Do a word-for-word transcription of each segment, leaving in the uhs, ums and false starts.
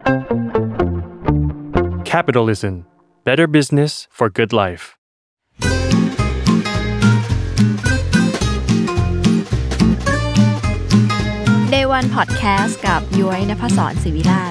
Capitalism. Better business for good life. Day วัน Podcast กับย้อยณภศร ศิวิราช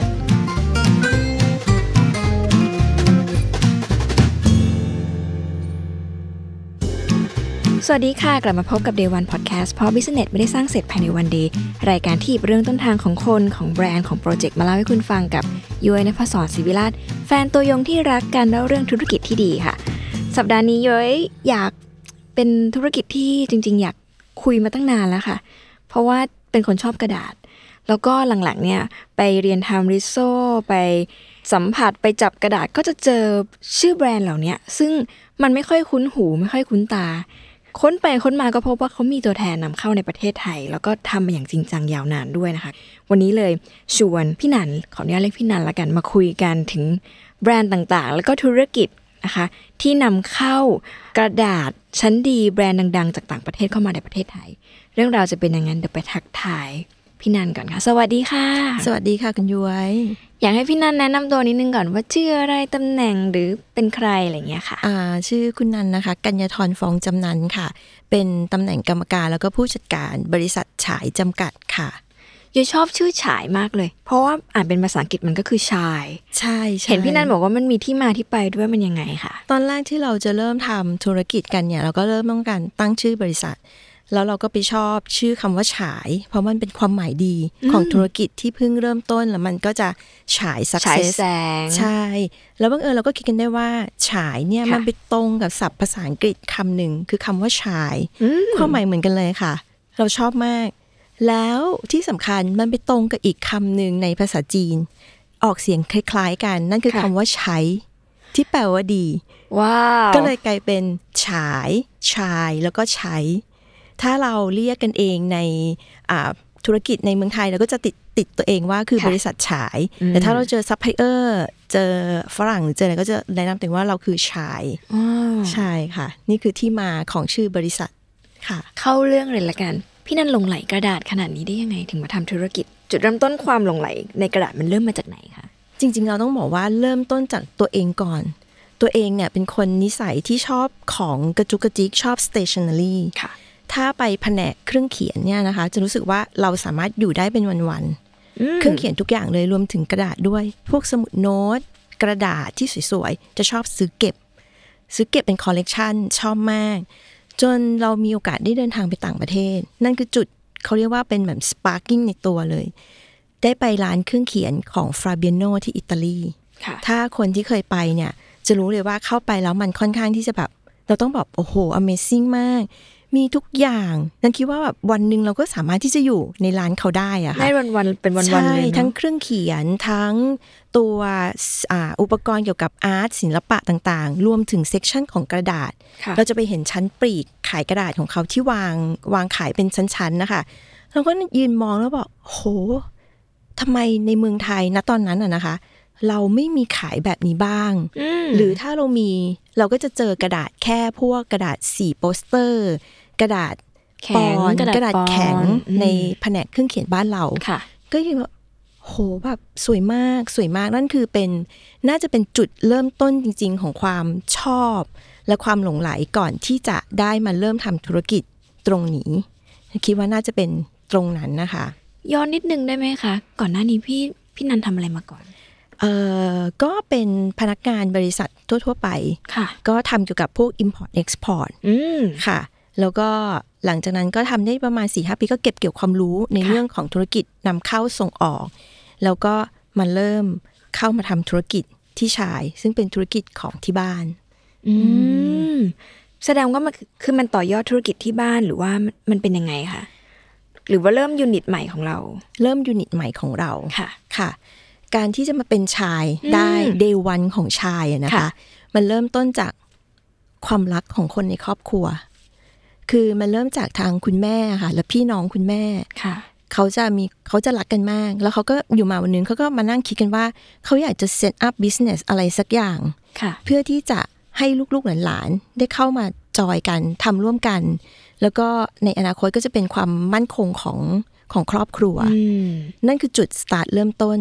สวัสดีค่ะกลับมาพบกับ Day วัน Podcast เพราะ Business ไม่ได้สร้างเสร็จภายในวันเดย์รายการที่หยิบเรื่องต้นทางของคนของแบรนด์ของโปรเจกต์มาเล่าให้คุณฟังกับย้อยณภศร ศิวิราชแฟนตัวยงที่รักการเล่าเรื่องธุรกิจที่ดีค่ะสัปดาห์นี้ย้อยอยากเป็นธุรกิจที่จริงๆอยากคุยมาตั้งนานแล้วค่ะเพราะว่าเป็นคนชอบกระดาษแล้วก็หลังๆเนี่ยไปเรียนทำริโซไปสัมผัสไปจับกระดาษก็จะเจอชื่อแบรนด์เหล่านี้ซึ่งมันไม่ค่อยคุ้นหูไม่ค่อยคุ้นตาค้นไปค้นมาก็พบว่าเขามีตัวแทนนำเข้าในประเทศไทยแล้วก็ทำมาอย่างจริงจังยาวนานด้วยนะคะวันนี้เลยชวนพี่นันขออนุญาตเรียกพี่นันละกันมาคุยกันถึงแบรนด์ต่างๆแล้วก็ธุรกิจนะคะที่นำเข้ากระดาษชั้นดีแบรนด์ดังๆจากต่างประเทศเข้ามาในประเทศไทยเรื่องราวจะเป็นอย่างนั้นเดี๋ยวไปทักทายพี่นันก่อนค่ะสวัสดีค่ะสวัสดีค่ะคุณย้อยอยากให้พี่นันแนะนำตัวนิดนึงก่อนว่าชื่ออะไรตำแหน่งหรือเป็นใครอะไรเงี้ยค่ะอ่าชื่อคุณนันนะคะกัญญาธรฟ้องจำนันค่ะเป็นตำแหน่งกรรมการแล้วก็ผู้จัดการบริษัทฉายจำกัดค่ะยูชอบชื่อฉายมากเลยเพราะว่าอ่านเป็นภาษาอังกฤษมันก็คือชายใช่เห็นพี่นันบอกว่ามันมีที่มาที่ไปด้วยมันยังไงคะตอนแรกที่เราจะเริ่มทำธุรกิจกันเนี่ยเราก็เริ่มต้องการตั้งชื่อบริษัทแล้วเราก็ไปชอบชื่อคำว่าฉายเพราะมันเป็นความหมายดีของธุรกิจที่เพิ่งเริ่มต้นแล้วมันก็จะฉาย success ฉายแสงใช่แล้วบังเอิญเราก็คิดกันได้ว่าฉายเนี่ยมันไปตรงกับศัพท์ภาษาอังกฤษคำหนึ่งคือคำว่าชายความหมายเหมือนกันเลยค่ะเราชอบมากแล้วที่สำคัญมันไปตรงกับอีกคำหนึ่งในภาษาจีนออกเสียงคล้ายๆกันนั่นคือคำว่าใช้ที่แปลว่าดีว้าวก็เลยกลายเป็นฉายชายแล้วก็ใช้ถ้าเราเรียกกันเองในธุรกิจในเมืองไทยเราก็จะติดติดตัวเองว่าคือบริษัทฉายแต่ถ้าเราเจอซัพพลายเออร์เจอฝรั่งหรือเจออะไรก็จะแนะนำตัวเองว่าเราคือชายใช่ค่ะนี่คือที่มาของชื่อบริษัทค่ะเข้าเรื่องเลยละกันพี่นันหลงไหลกระดาษขนาดนี้ได้ยังไงถึงมาทำธุรกิจจุดเริ่มต้นความหลงไหลในกระดาษมันเริ่มมาจากไหนคะจริงๆเราต้องบอกว่าเริ่มต้นจากตัวเองก่อนตัวเองเนี่ยเป็นคนนิสัยที่ชอบของกระจุกกระจิกชอบ stationery ค่ะถ้าไปแผนกเครื่องเขียนเนี่ยนะคะจะรู้สึกว่าเราสามารถอยู่ได้เป็นวันๆเครื่องเขียนทุกอย่างเลยรวมถึงกระดาษด้วยพวกสมุดโน้ตกระดาษที่สวยๆจะชอบซื้อเก็บซื้อเก็บเป็นคอลเลกชันชอบมากจนเรามีโอกาสได้เดินทางไปต่างประเทศนั่นคือจุดเขาเรียกว่าเป็นแบบสปาร์กิ้งในตัวเลยได้ไปร้านเครื่องเขียนของฟราเบียโนที่อิตาลีถ้าคนที่เคยไปเนี่ยจะรู้เลยว่าเข้าไปแล้วมันค่อนข้างที่จะแบบเราต้องแบบโอ้โห Amazing มากมีทุกอย่างนั่นคิดว่าแบบวันนึงเราก็สามารถที่จะอยู่ในร้านเขาได้อะค่ะได้วันๆเป็นวันๆเลยเนาะใช่ทั้งเครื่องเขียนทั้งตัวอ่าอุปกรณ์เกี่ยวกับอาร์ตศิลปะต่างๆรวมถึงเซกชันของกระดาษเราจะไปเห็นชั้นปลีกขายกระดาษของเขาที่วางวางขายเป็นชั้นๆนะคะเราก็ยืนมองแล้วบอกโหทำไมในเมืองไทยณตอนนั้นอะนะคะเราไม่มีขายแบบนี้บ้างหรือถ้าเรามีเราก็จะเจอกระดาษแค่พวกกระดาษสีโปสเตอร์กระดาษปอนกระดาษแข็งในแผนกเครื่องเขียนบ้านเราก็ยังแบบโหแบบสวยมากสวยมากนั่นคือเป็นน่าจะเป็นจุดเริ่มต้นจริงๆของความชอบและความหลงไหลก่อนที่จะได้มาเริ่มทำธุรกิจตรงนี้คิดว่าน่าจะเป็นตรงนั้นนะคะย้อนนิดนึงได้ไหมคะก่อนหน้านี้พี่พี่นันทำอะไรมาก่อนเอ่อก็เป็นพนักงานบริษัททั่วๆไปก็ทำเกี่ยวกับพวก import export ค่ะแล้วก็หลังจากนั้นก็ทำได้ประมาณ สี่ห้า ปีก็เก็บเกี่ยวความรู้ในเรื่องของธุรกิจนำเข้าส่งออกแล้วก็มาเริ่มเข้ามาทำธุรกิจที่ชายซึ่งเป็นธุรกิจของที่บ้านอืมแสดงว่ามันคือมันต่อยอดธุรกิจที่บ้านหรือว่ามันเป็นยังไงคะหรือว่าเริ่มยูนิตใหม่ของเราเริ่มยูนิตใหม่ของเราค่ะค่ะการที่จะมาเป็นชายได้ day one ของชายนะคะมันเริ่มต้นจากความรักของคนในครอบครัวคือมันเริ่มจากทางคุณแม่ค่ะและพี่น้องคุณแม่เขาจะมีเขาจะรักกันมากแล้วเขาก็อยู่มาวันนึงเขาก็มานั่งคิดกันว่าเขาอยากจะ set up business อะไรสักอย่างเพื่อที่จะให้ลูกๆหลานๆได้เข้ามาจอยกันทำร่วมกันแล้วก็ในอนาคตก็จะเป็นความมั่นคงของของครอบครัวนั่นคือจุดสตาร์ทเริ่มต้น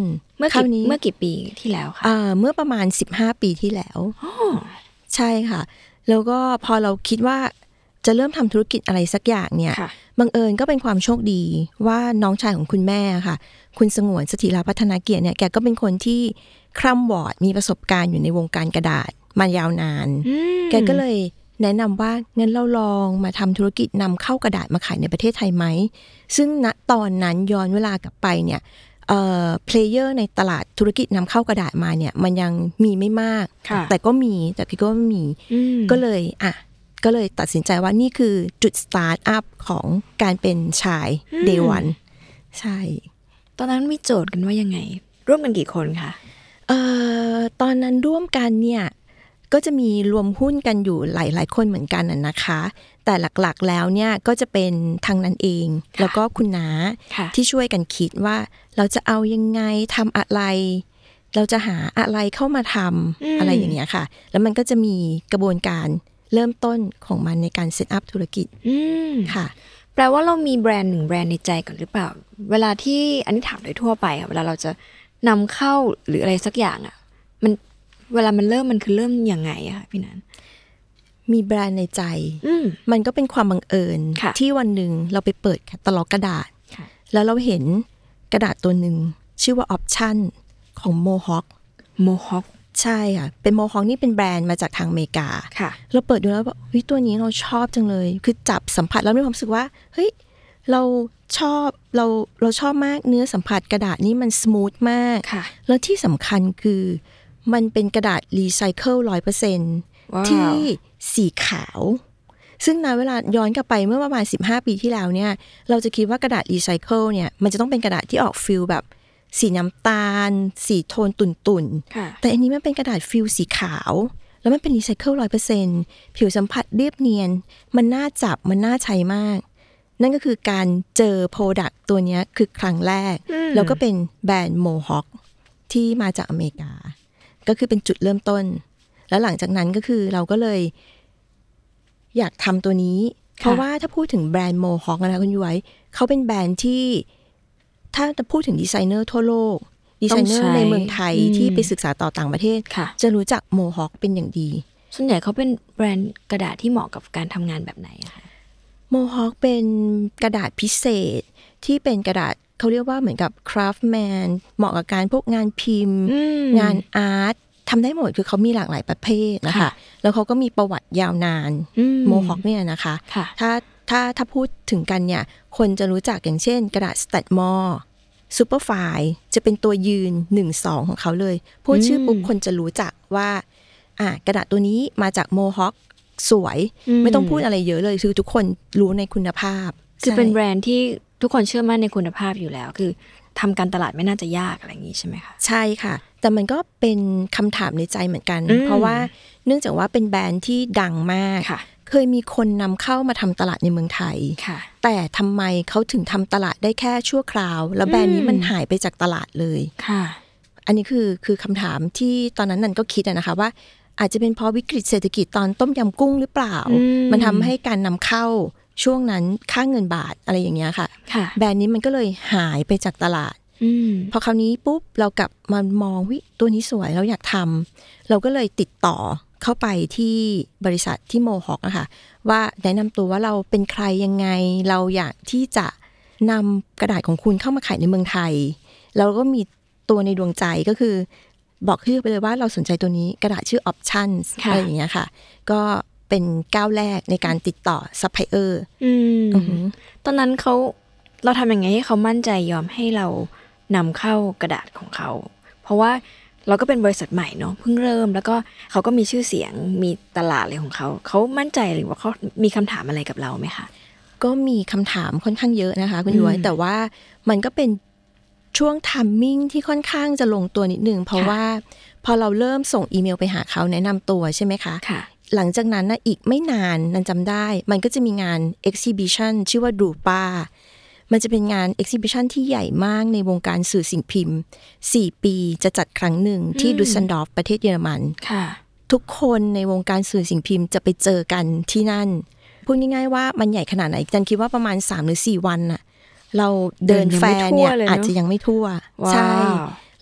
เมื่อกี่เมื่อกี่ปีที่แล้วคะเอ่อเมื่อประมาณสิบห้าปีที่แล้วใช่ค่ะแล้วก็พอเราคิดว่าจะเริ่มทำธุรกิจอะไรสักอย่างเนี่ยบังเอิญก็เป็นความโชคดีว่าน้องชายของคุณแม่ค่ะคุณสงวนสถิราพัฒนาเกียรติเนี่ยแกก็เป็นคนที่คร่ำวอร์ดมีประสบการณ์อยู่ในวงการกระดาษมายาวนานแกก็เลยแนะนำว่างั้นเราลองมาทำธุรกิจนำเข้ากระดาษมาขายในประเทศไทยไหมซึ่งณตอนนั้นย้อนเวลากลับไปเนี่ยเอ่อเพลเยอร์ในตลาดธุรกิจนำเข้ากระดาษมาเนี่ยมันยังมีไม่มากแต่ก็มีแต่ก็ไม่มีก็เลยอ่ะก็เลยตัดสินใจว่านี่คือจุดสตาร์ทอัพของการเป็นชายเดวันใช่ตอนนั้นมีโจทย์กันว่ายังไงร่วมกันกี่คนคะเอ่อตอนนั้นร่วมกันเนี่ยก็จะมีรวมหุ้นกันอยู่หลายๆคนเหมือนกันน่ะนะคะแต่หลักๆแล้วเนี่ยก็จะเป็นทางนั้นเองแล้วก็คุณน้าที่ช่วยกันคิดว่าเราจะเอายังไงทำอะไรเราจะหาอะไรเข้ามาทำอะไรอย่างเงี้ยค่ะแล้วมันก็จะมีกระบวนการเริ่มต้นของมันในการเซตอัพธุรกิจค่ะแปลว่าเรามีแบรนด์หนึ่งแบรนด์ในใจก่อนหรือเปล่าเวลาที่อันนี้ถามโดยทั่วไปค่ะเวลาเราจะนำเข้าหรืออะไรสักอย่างอ่ะมันเวลามันเริ่มมันคือเริ่มยังไงอะคะพี่นันมีแบรนด์ในใจมันก็เป็นความบังเอิญที่วันหนึ่งเราไปเปิดแคตตาล็อกกระดาษแล้วเราเห็นกระดาษตัวหนึ่งชื่อว่า Option ของ Mohawk Mohawk ใช่ค่ะเป็น Mohawk นี่เป็นแบรนด์มาจากทางอเมริกาเราเปิดดูแล้วแบบเฮ้ยตัวนี้เราชอบจังเลยคือจับสัมผัสแล้วมีความรู้สึกว่าเฮ้ยเราชอบเราเราชอบมากเนื้อสัมผัสกระดาษนี่มันสมูทมากแล้วที่สำคัญคือมันเป็นกระดาษรีไซเคิล ร้อยเปอร์เซ็นต์ ที่สีขาวซึ่งในเวลาย้อนกลับไปเมื่อประมาณสิบห้าปีที่แล้วเนี่ยเราจะคิดว่ากระดาษรีไซเคิลเนี่ยมันจะต้องเป็นกระดาษที่ออกฟิลแบบสีน้ำตาลสีโทนตุ่นๆแต่อันนี้มันเป็นกระดาษฟิลสีขาวแล้วมันเป็นรีไซเคิล ร้อยเปอร์เซ็นต์ ผิวสัมผัสเรียบเนียนมันน่าจับมันน่าใช้มากนั่นก็คือการเจอโปรดักต์ตัวนี้คือครั้งแรกแล้วก็เป็นแบรนด์ Mohawk ที่มาจากอเมริกาก็คือเป็นจุดเริ่มต้นแล้วหลังจากนั้นก็คือเราก็เลยอยากทำตัวนี้เพราะว่าถ้าพูดถึงแบรนด์ Mohawk นะคะคุณยุ้ยเขาเป็นแบรนด์ที่ถ้าจะพูดถึงดีไซเนอร์ทั่วโลกดีไซเนอร์ในเมืองไทยที่ไปศึกษาต่อต่างประเทศจะรู้จัก Mohawk เป็นอย่างดีส่วนใหญ่เขาเป็นแบรนด์กระดาษที่เหมาะกับการทำงานแบบไหนคะ Mohawk เป็นกระดาษพิเศษที่เป็นกระดาษเขาเรียกว่าเหมือนกับ craftman เหมาะกับการพวกงานพิมพ์งานอาร์ตทำได้หมดคือเขามีหลากหลายประเภทนะคะแล้วเขาก็มีประวัติยาวนานโมฮอคเนี่ยนะคะถ้าถ้าถ้าพูดถึงกันเนี่ยคนจะรู้จักอย่างเช่นกระดาษ Statmore Superfine จะเป็นตัวยืน หนึ่ง สอง ของเขาเลยพูดชื่อปุ๊บคนจะรู้จักว่าอ่ะกระดาษตัวนี้มาจากโมฮอคสวยไม่ต้องพูดอะไรเยอะเลยคือทุกคนรู้ในคุณภาพคือเป็นแบรนด์ที่ทุกคนเชื่อมั่นในคุณภาพอยู่แล้วคือทำการตลาดไม่น่าจะยากอะไรอย่างนี้ใช่ไหมคะใช่ค่ะแต่มันก็เป็นคำถามในใจเหมือนกันเพราะว่าเนื่องจากว่าเป็นแบรนด์ที่ดังมากเคยมีคนนำเข้ามาทำตลาดในเมืองไทยแต่ทำไมเขาถึงทำตลาดได้แค่ชั่วคราวแล้วแบรนด์นี้มันหายไปจากตลาดเลยค่ะอันนี้คือคือคำถามที่ตอนนั้นนันก็คิดนะคะว่าอาจจะเป็นเพราะวิกฤตเศรษฐกิจตอนต้มยำกุ้งหรือเปล่ามันทำให้การนำเข้าช่วงนั้นค่าเงินบาทอะไรอย่างเงี้ยค่ะแบรนด์นี้มันก็เลยหายไปจากตลาดพอคราวนี้ปุ๊บเรากลับมามองวิตัวนี้สวยเราอยากทำเราก็เลยติดต่อเข้าไปที่บริษัทที่โมฮอคนะคะว่าแนะนำตัวว่าเราเป็นใครยังไงเราอยากที่จะนำกระดาษของคุณเข้ามาขายในเมืองไทยเราก็มีตัวในดวงใจก็คือบอกชื่อไปเลยว่าเราสนใจตัวนี้กระดาษชื่อ Options อะไรอย่างเงี้ยค่ะก็เป็นก้าวแรกในการติดต่อซัพพลายเออร์ตอนนั้นเขาเราทำยังไงให้เขามั่นใจยอมให้เรานำเข้ากระดาษของเขาเพราะว่าเราก็เป็นบริษัทใหม่เนาะเพิ่งเริ่มแล้วก็เขาก็มีชื่อเสียงมีตลาดอะไรของเขาเขามั่นใจหรือว่าเขามีคำถามอะไรกับเราไหมคะก็มีคำถามค่อนข้างเยอะนะคะคุณย้อยแต่ว่ามันก็เป็นช่วงทัมมิ่งที่ค่อนข้างจะลงตัวนิดนึงเพราะว่าพอเราเริ่มส่งอีเมลไปหาเขาแนะนำตัวใช่ไหมคะหลังจากนั้นนะอีกไม่นานนันจำได้มันก็จะมีงาน exhibition ชื่อว่าดูป้ามันจะเป็นงาน exhibition ที่ใหญ่มากในวงการสื่อสิ่งพิมพ์สี่ปีจะจัดครั้งหนึ่งที่ดุสเซนดอร์ฟประเทศเยอรมันทุกคนในวงการสื่อสิ่งพิมพ์จะไปเจอกันที่นั่นพูดง่ายๆว่ามันใหญ่ขนาดไหนจันคิดว่าประมาณสามหรือสี่วันน่ะเราเดินแฟร์เนี่ยอาจจะยังไม่ทั่วใช่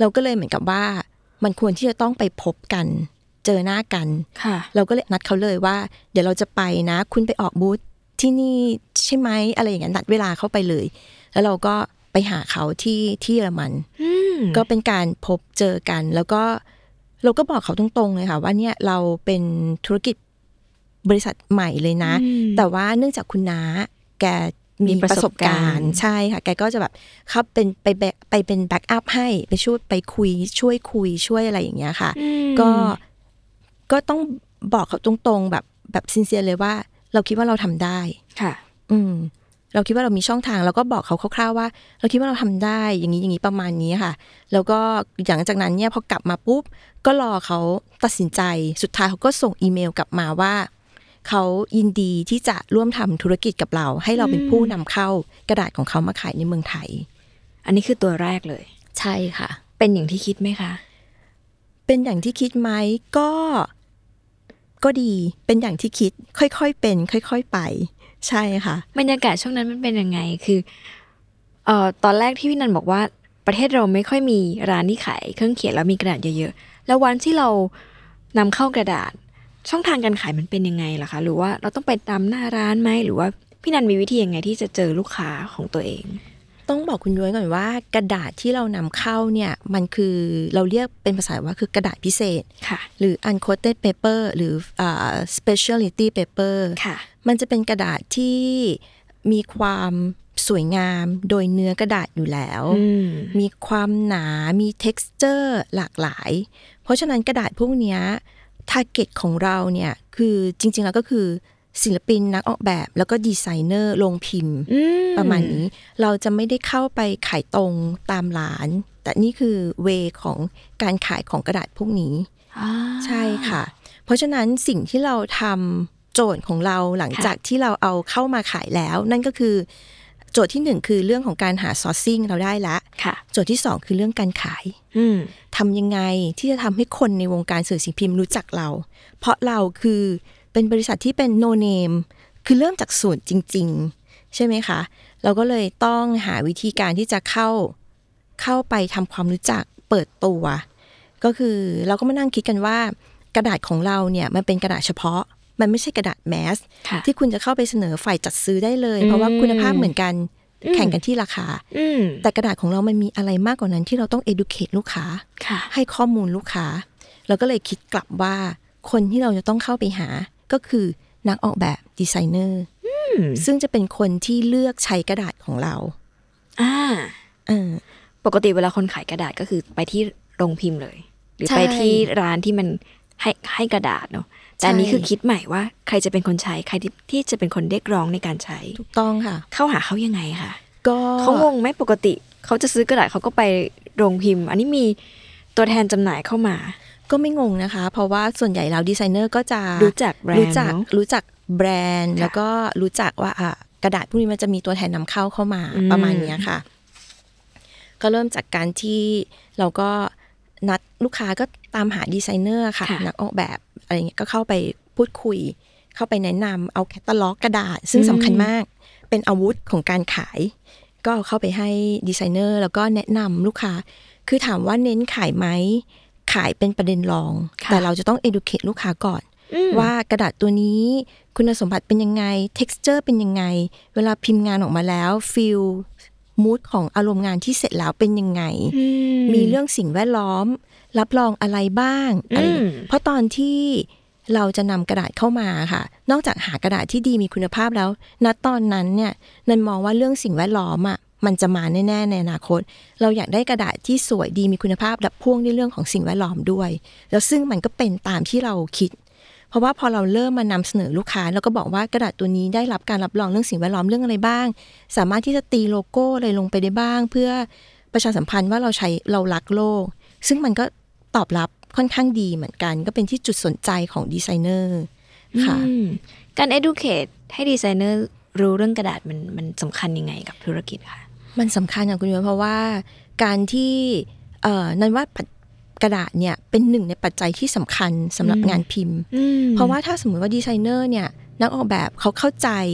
เราก็เลยเหมือนกับว่ามันควรที่จะต้องไปพบกันเจอหน้ากันเราก็เลยนัดเขาเลยว่าเดี๋ยวเราจะไปนะคุณไปออกบูธที่นี่ใช่ไหมอะไรอย่างเงี้ยนัดเวลาเข้าไปเลยแล้วเราก็ไปหาเขาที่ที่เยอรมันก็เป็นการพบเจอกันแล้วก็เราก็บอกเขาตรงๆเลยค่ะว่าเนี่ยเราเป็นธุรกิจบริษัทใหม่เลยนะแต่ว่าเนื่องจากคุณน้าแกมีประสบการณ์ใช่ค่ะแกก็จะแบบเข้าเป็นไปไปเป็นแบ็กอัพให้ไปช่วยไปคุยช่วยคุยช่วยอะไรอย่างเงี้ยค่ะก็ก็ต้องบอกเขาตรงๆแบบแบบซินเซียร์เลยว่าเราคิดว่าเราทำได้ค่ะอืมเราคิดว่าเรามีช่องทางแล้วก็บอกเขาคร่าวๆว่าเราคิดว่าเราทำได้อย่างนี้อย่างนี้ประมาณนี้ค่ะแล้วก็หลังจากนั้นเนี่ยพอกลับมาปุ๊บก็รอเขาตัดสินใจสุดท้ายเขาก็ส่งอีเมลกลับมาว่าเขายินดีที่จะร่วมทำธุรกิจกับเราให้เราเป็นผู้นำเข้ากระดาษของเขามาขายในเมืองไทยอันนี้คือตัวแรกเลยใช่ค่ะเป็นอย่างที่คิดไหมคะเป็นอย่างที่คิดไหมก็ก็ดีเป็นอย่างที่คิดค่อยๆเป็นค่อยๆไปใช่ค่ะบรรยากาศช่วงนั้นมันเป็นยังไงคือเอ่อตอนแรกที่พี่นันบอกว่าประเทศเราไม่ค่อยมีร้านที่ขายเครื่องเขียนแล้วมีกระดาษเยอะๆแล้ววันที่เรานำเข้ากระดาษช่องทางการขายมันเป็นยังไงล่ะคะหรือว่าเราต้องไปตามหน้าร้านไหมหรือว่าพี่นันมีวิธียังไงที่จะเจอลูกค้าของตัวเองต้องบอกคุณย้อยก่อนว่ากระดาษที่เรานำเข้าเนี่ยมันคือเราเรียกเป็นภาษาว่าคือกระดาษพิเศษหรือ uncoated paper หรือ uh, specialty paper มันจะเป็นกระดาษที่มีความสวยงามโดยเนื้อกระดาษอยู่แล้วมีความหนามี texture หลากหลายเพราะฉะนั้นกระดาษพวกนี้ทาร์เก็ตของเราเนี่ยคือจริงๆแล้วก็คือศิลปินนักออกแบบแล้วก็ดีไซเนอร์โรงพิมพ์ประมาณนี้เราจะไม่ได้เข้าไปขายตรงตามร้านแต่นี่คือเวของการขายของกระดาษพวกนี้ใช่ค่ะเพราะฉะนั้นสิ่งที่เราทำโจทย์ของเราหลังจากที่เราเอาเข้ามาขายแล้วนั่นก็คือโจทย์ที่หนึ่งคือเรื่องของการหาซอร์ซิ่งเราได้ละโจทย์ที่สองคือเรื่องการขายทำยังไงที่จะทำให้คนในวงการสื่อสิ่งพิมพ์รู้จักเราเพราะเราคือเป็นบริษัทที่เป็นโนเนมคือเริ่มจากศูนย์จริงๆใช่ไหมคะเราก็เลยต้องหาวิธีการที่จะเข้าเข้าไปทำความรู้จักเปิดตัวก็คือเราก็มานั่งคิดกันว่ากระดาษของเราเนี่ยมันเป็นกระดาษเฉพาะมันไม่ใช่กระดาษแมสที่คุณจะเข้าไปเสนอฝ่ายจัดซื้อได้เลยเพราะว่าคุณภาพเหมือนกันแข่งกันที่ราคาแต่กระดาษของเรามันมีอะไรมากกว่านั้นที่เราต้อง educate ลูกค้าให้ข้อมูลลูกค้าเราก็เลยคิดกลับว่าคนที่เราจะต้องเข้าไปหาก็คือนักออกแบบดีไซเนอร์ซึ่งจะเป็นคนที่เลือกใช้กระดาษของเราอ่าเออปกติเวลาคนขายกระดาษก็คือไปที่โรงพิมพ์เลยหรือไปที่ร้านที่มันให้ให้กระดาษเนาะแต่อันนี้คือคิดใหม่ว่าใครจะเป็นคนใช้ใครที่จะเป็นคนเรียกร้องในการใช้ถูกต้องค่ะเข้าหาเขายังไงคะก็เขางงไหมปกติเขาจะซื้อกระดาษเขาก็ไปโรงพิมพ์อันนี้มีตัวแทนจำหน่ายเข้ามาก็ไม่งงนะคะเพราะว่าส่วนใหญ่แล้วดีไซเนอร์ก็จะรู้จักแบรนด์รู้จักรู้จักแบรนด์แล้วก็รู้จักว่าอ่ะกระดาษพวกนี้มันจะมีตัวแทนนำเข้าเข้ามาประมาณนี้ค่ะก็เริ่มจากการที่เราก็นัดลูกค้าก็ตามหาดีไซเนอร์ค่ะนักออกแบบอะไรเงี้ยก็เข้าไปพูดคุยเข้าไปแนะนำเอาแคตตาล็อกกระดาษซึ่งสำคัญมากเป็นอาวุธของการขายก็เอาเข้าไปให้ดีไซเนอร์แล้วก็แนะนำลูกค้าคือถามว่าเน้นขายไหมขายเป็นประเด็นรองแต่เราจะต้อง educate ลูกค้าก่อนว่ากระดาษตัวนี้คุณสมบัติเป็นยังไง texture เป็นยังไงเวลาพิมพ์งานออกมาแล้ว feel mood ของอารมณ์งานที่เสร็จแล้วเป็นยังไงมีเรื่องสิ่งแวดล้อมรับรองอะไรบ้างอะไรเพราะตอนที่เราจะนำกระดาษเข้ามาค่ะนอกจากหากระดาษที่ดีมีคุณภาพแล้วณตอนนั้นเนี่ยนันมองว่าเรื่องสิ่งแวดล้อมอ่ะมันจะมาแน่ๆในอนาคตเราอยากได้กระดาษที่สวยดีมีคุณภาพและพ่วงในเรื่องของสิ่งแวดล้อมด้วยแล้วซึ่งมันก็เป็นตามที่เราคิดเพราะว่าพอเราเริ่มมานำเสนอลูกค้าแล้วก็บอกว่ากระดาษตัวนี้ได้รับการรับรองเรื่องสิ่งแวดล้อมเรื่องอะไรบ้างสามารถที่จะตีโลโก้อะไรลงไปได้บ้างเพื่อประชาสัมพันธ์ว่าเราใช้เรารักโลกซึ่งมันก็ตอบรับค่อนข้างดีเหมือนกันก็เป็นที่จุดสนใจของดีไซเนอร์ค่ะการ educate ให้ดีไซเนอร์รู้เรื่องกระดาษมันมันสำคัญยังไงกับธุรกิจคะมันสำคัญอย่างคุณยุ้ยเพราะว่าการที่เอ่อนั่นว่ากระดาษเนี่ยเป็นหนึ่งในปัจจัยที่สำคัญสำหรับงานพิมพ์เพราะว่าถ้าสมมติว่าดีไซเนอร์เนี่ยนักออกแบบเขาเข้าใจ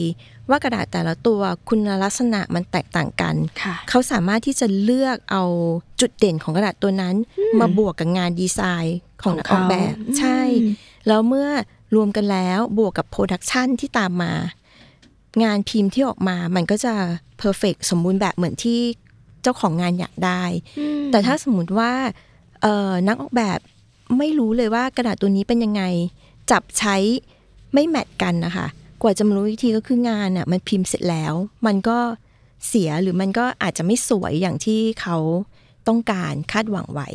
ว่ากระดาษแต่ละตัวคุณลักษณะมันแตกต่างกันเขาสามารถที่จะเลือกเอาจุดเด่นของกระดาษตัวนั้นมาบวกกับงานดีไซน์ของนักออกแบบใช่แล้วเมื่อรวมกันแล้วบวกกับโปรดักชันที่ตามมางานพิมพ์ที่ออกมามันก็จะเพอร์เฟกต์สมบูรณ์แบบเหมือนที่เจ้าของงานอยากได้แต่ถ้าสมมุติว่าเอ่อนักออกแบบไม่รู้เลยว่ากระดาษตัวนี้เป็นยังไงจับใช้ไม่แมทกันนะคะกว่าจะมารู้อีกทีก็คืองานอ่ะมันพิมพ์เสร็จแล้วมันก็เสียหรือมันก็อาจจะไม่สวยอย่างที่เขาต้องการคาดหวังไว้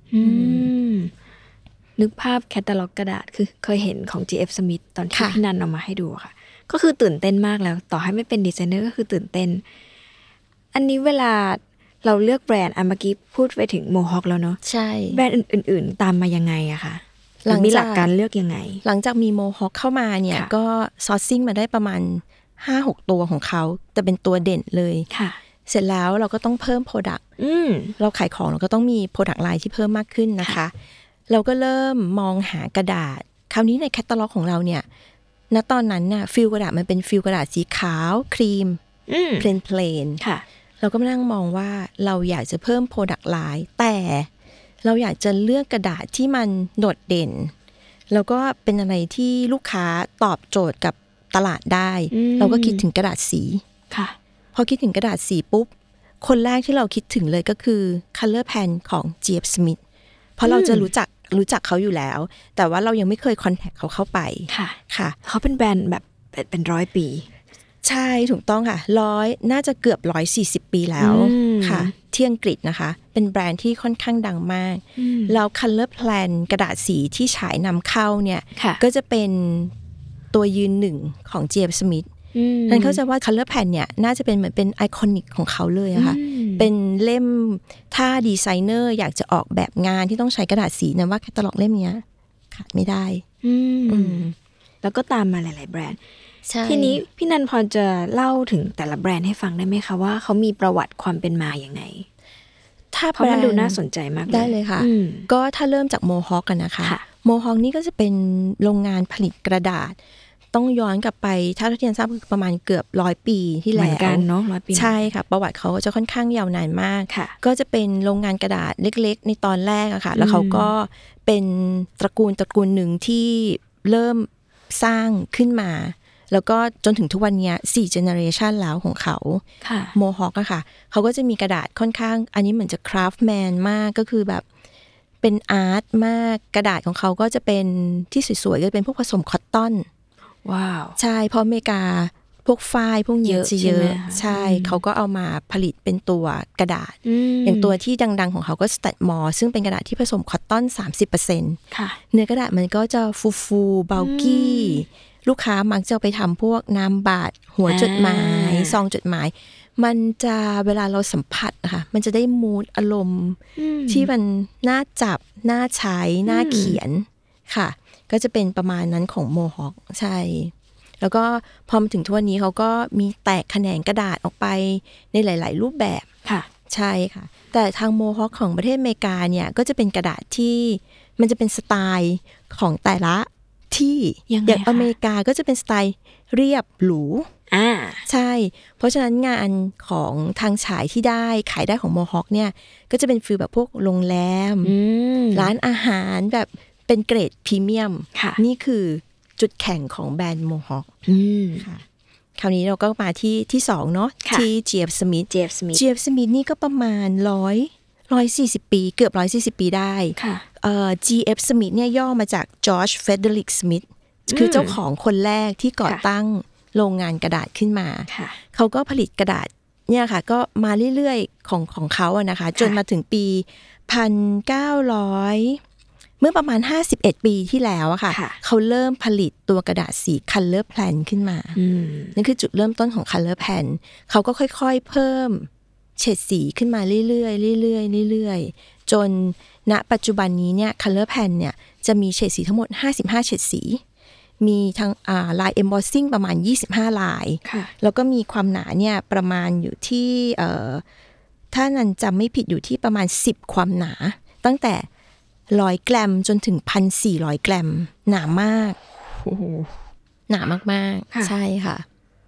นึกภาพแคตตาล็อกกระดาษคือเคยเห็นของ จี เอฟ Smith ตอนที่พี่นันเอามาให้ดูค่ะก็คือตื่นเต้นมากแล้วต่อให้ไม่เป็นดีไซเนอร์ก็คือตื่นเต้นอันนี้เวลาเราเลือกแบรนด์อ่ะเมื่อกี้พูดไปถึงโมฮอคแล้วเนาะใช่แบรนด์อื่นๆตามมายังไงอะคะหลังมีหลักการเลือกยังไงหลังจากมีโมฮอคเข้ามาเนี่ยก็ซอร์ซิ่งมาได้ประมาณ ห้าหก ตัวของเขาจะเป็นตัวเด่นเลยเสร็จแล้วเราก็ต้องเพิ่มโปรดักต์เราขายของเราก็ต้องมีโปรดักต์ไลน์ที่เพิ่มมากขึ้นนะคะเราก็เริ่มมองหากระดาษคราวนี้ในแคตตาล็อกของเราเนี่ยณตอนนั้นน่ะฟิลกระดาษมันเป็นฟิลกระดาษสีขาวครีมเพลนเพลนเราก็มานั่งมองว่าเราอยากจะเพิ่มโปรดักต์ไลน์แต่เราอยากจะเลือกกระดาษที่มันโดดเด่นแล้วก็เป็นอะไรที่ลูกค้าตอบโจทย์กับตลาดได้เราก็คิดถึงกระดาษสีพอคิดถึงกระดาษสีปุ๊บคนแรกที่เราคิดถึงเลยก็คือ Color Pen ของ จี เอฟ Smith เพราะเราจะรู้จักรู้จักเขาอยู่แล้วแต่ว่าเรายังไม่เคยคอนแทคเขาเข้าไปค่ะค่ะเขาเป็นแบรนด์แบบเป็นร้อยปีใช่ถูกต้องค่ะร้อยน่าจะเกือบร้อยสี่สิบปีแล้วค่ะที่อังกฤษนะคะเป็นแบรนด์ที่ค่อนข้างดังมากแล้ว Color Plan กระดาษสีที่ฉายนำเข้าเนี่ยก็จะเป็นตัวยืนหนึ่งของ จี เอฟ Smith นั้นเขาจะว่า Color Pen เนี่ยน่าจะเป็นเหมือนเป็นไอคอนิกของเขาเลยอะค่ะเป็นเล่มถ้าดีไซเนอร์อยากจะออกแบบงานที่ต้องใช้กระดาษสีนะว่าแคตตาล็อกเล่มนี้ขาดไม่ได้แล้วก็ตามมาหลายๆแบรนด์ทีนี้พี่นันพอจะเล่าถึงแต่ละแบรนด์ให้ฟังได้ไหมคะว่าเขามีประวัติความเป็นมาอย่างไงถ้าเพราะมันดูน่าสนใจมากได้เลยค่ะก็ถ้าเริ่มจากโมฮอคกันนะคะโมฮอคนี่ก็จะเป็นโรงงานผลิตกระดาษต้องย้อนกลับไปถ้าทุกท่านทราบคือประมาณเกือบร้อยปีที่แล้วเหมือนกันเนาะร้อยปีใช่ค่ะประวัติเขาจะค่อนข้างยาวนานมากก็จะเป็นโรงงานกระดาษเล็กๆในตอนแรกอะค่ะแล้วเขาก็เป็นตระกูลตระกูลหนึ่งที่เริ่มสร้างขึ้นมาแล้วก็จนถึงทุกวันนี้สี่เจเนอเรชันแล้วของเขาโมฮอคอะค่ะเขาก็จะมีกระดาษค่อนข้างอันนี้เหมือนจะคราฟต์แมนมากก็คือแบบเป็นอาร์ตมากกระดาษของเขาก็จะเป็นที่สวยๆก็จะเป็นพวกผสมคอตตอนว้าวใช่เพราะอเมริกาพวกฝ้ายพวกเยอะเยอะใช่เขาก็เอามาผลิตเป็นตัวกระดาษอย่างตัวที่ดังๆของเขาก็สแตทมอร์ซึ่งเป็นกระดาษที่ผสมคอตตอน สามสิบเปอร์เซ็นต์ ค่ะเนื้อกระดาษมันก็จะฟูๆเบลกี้ลูกค้ามักจะไปทำพวกน้ำบาดหัวจดหมายซองจดหมายมันจะเวลาเราสัมผัสนะคะมันจะได้มูดอารมณ์ที่มันน่าจับน่าใช้น่าเขียนค่ะก็จะเป็นประมาณนั้นของโมฮอคใช่แล้วก็พอมาถึงทุกวันนี้เขาก็มีแตกแขนงกระดาษออกไปในหลายๆรูปแบบค่ะใช่ค่ะแต่ทางโมฮอคของประเทศอเมริกาเนี่ยก็จะเป็นกระดาษที่มันจะเป็นสไตล์ของแต่ละที่อย่างอเมริกาก็จะเป็นสไตล์เรียบหรูอ่าใช่เพราะฉะนั้นงานของทางฉายที่ได้ขายได้ของโมฮอคเนี่ยก็จะเป็นฟีลแบบพวกโรงแรมร้านอาหารแบบเป็นเกรดพรีเมียมนี่คือจุดแข่งของแบรนด์โมฮอคค่ะคราวนี้เราก็มาที่ที่สองเนาะที่ จี เอฟ Smith จี เอฟ Smith จี เอฟ Smith นี่ก็ประมาณร้อยร้อยสี่สิบปีเกือบร้อยสี่สิบปีได้เอ่อ จี เอฟ Smith เนี่ยย่อมาจาก George Frederick Smith คือเจ้าของคนแรกที่ก่อตั้งโรงงานกระดาษขึ้นมาเขาก็ผลิตกระดาษเนี่ยค่ะก็มาเรื่อยๆของของเขาอะนะคะจนมาถึงปีหนึ่งพันเก้าร้อยเมื่อประมาณห้าสิบเอ็ดปีที่แล้วอะค่ะเขาเริ่มผลิตตัวกระดาษสี Color Plan ขึ้นมานั่นคือจุดเริ่มต้นของ Color Plan เขาก็ค่อยๆเพิ่มเฉดสีขึ้นมาเรื่อยๆเรื่อยๆเรื่อยๆจนณปัจจุบันนี้เนี่ย Color Plan เนี่ยจะมีเฉดสีทั้งหมดห้าสิบห้าเฉดสีมีทั้งลาย embossing ประมาณยี่สิบห้าลายแล้วก็มีความหนาเนี่ยประมาณอยู่ที่ถ้านันจำไม่ผิดอยู่ที่ประมาณสิบความหนาตั้งแต่ร้อยกรัมจนถึง หนึ่งพันสี่ร้อย กรัมหนามากหนามากๆใช่ค่ะ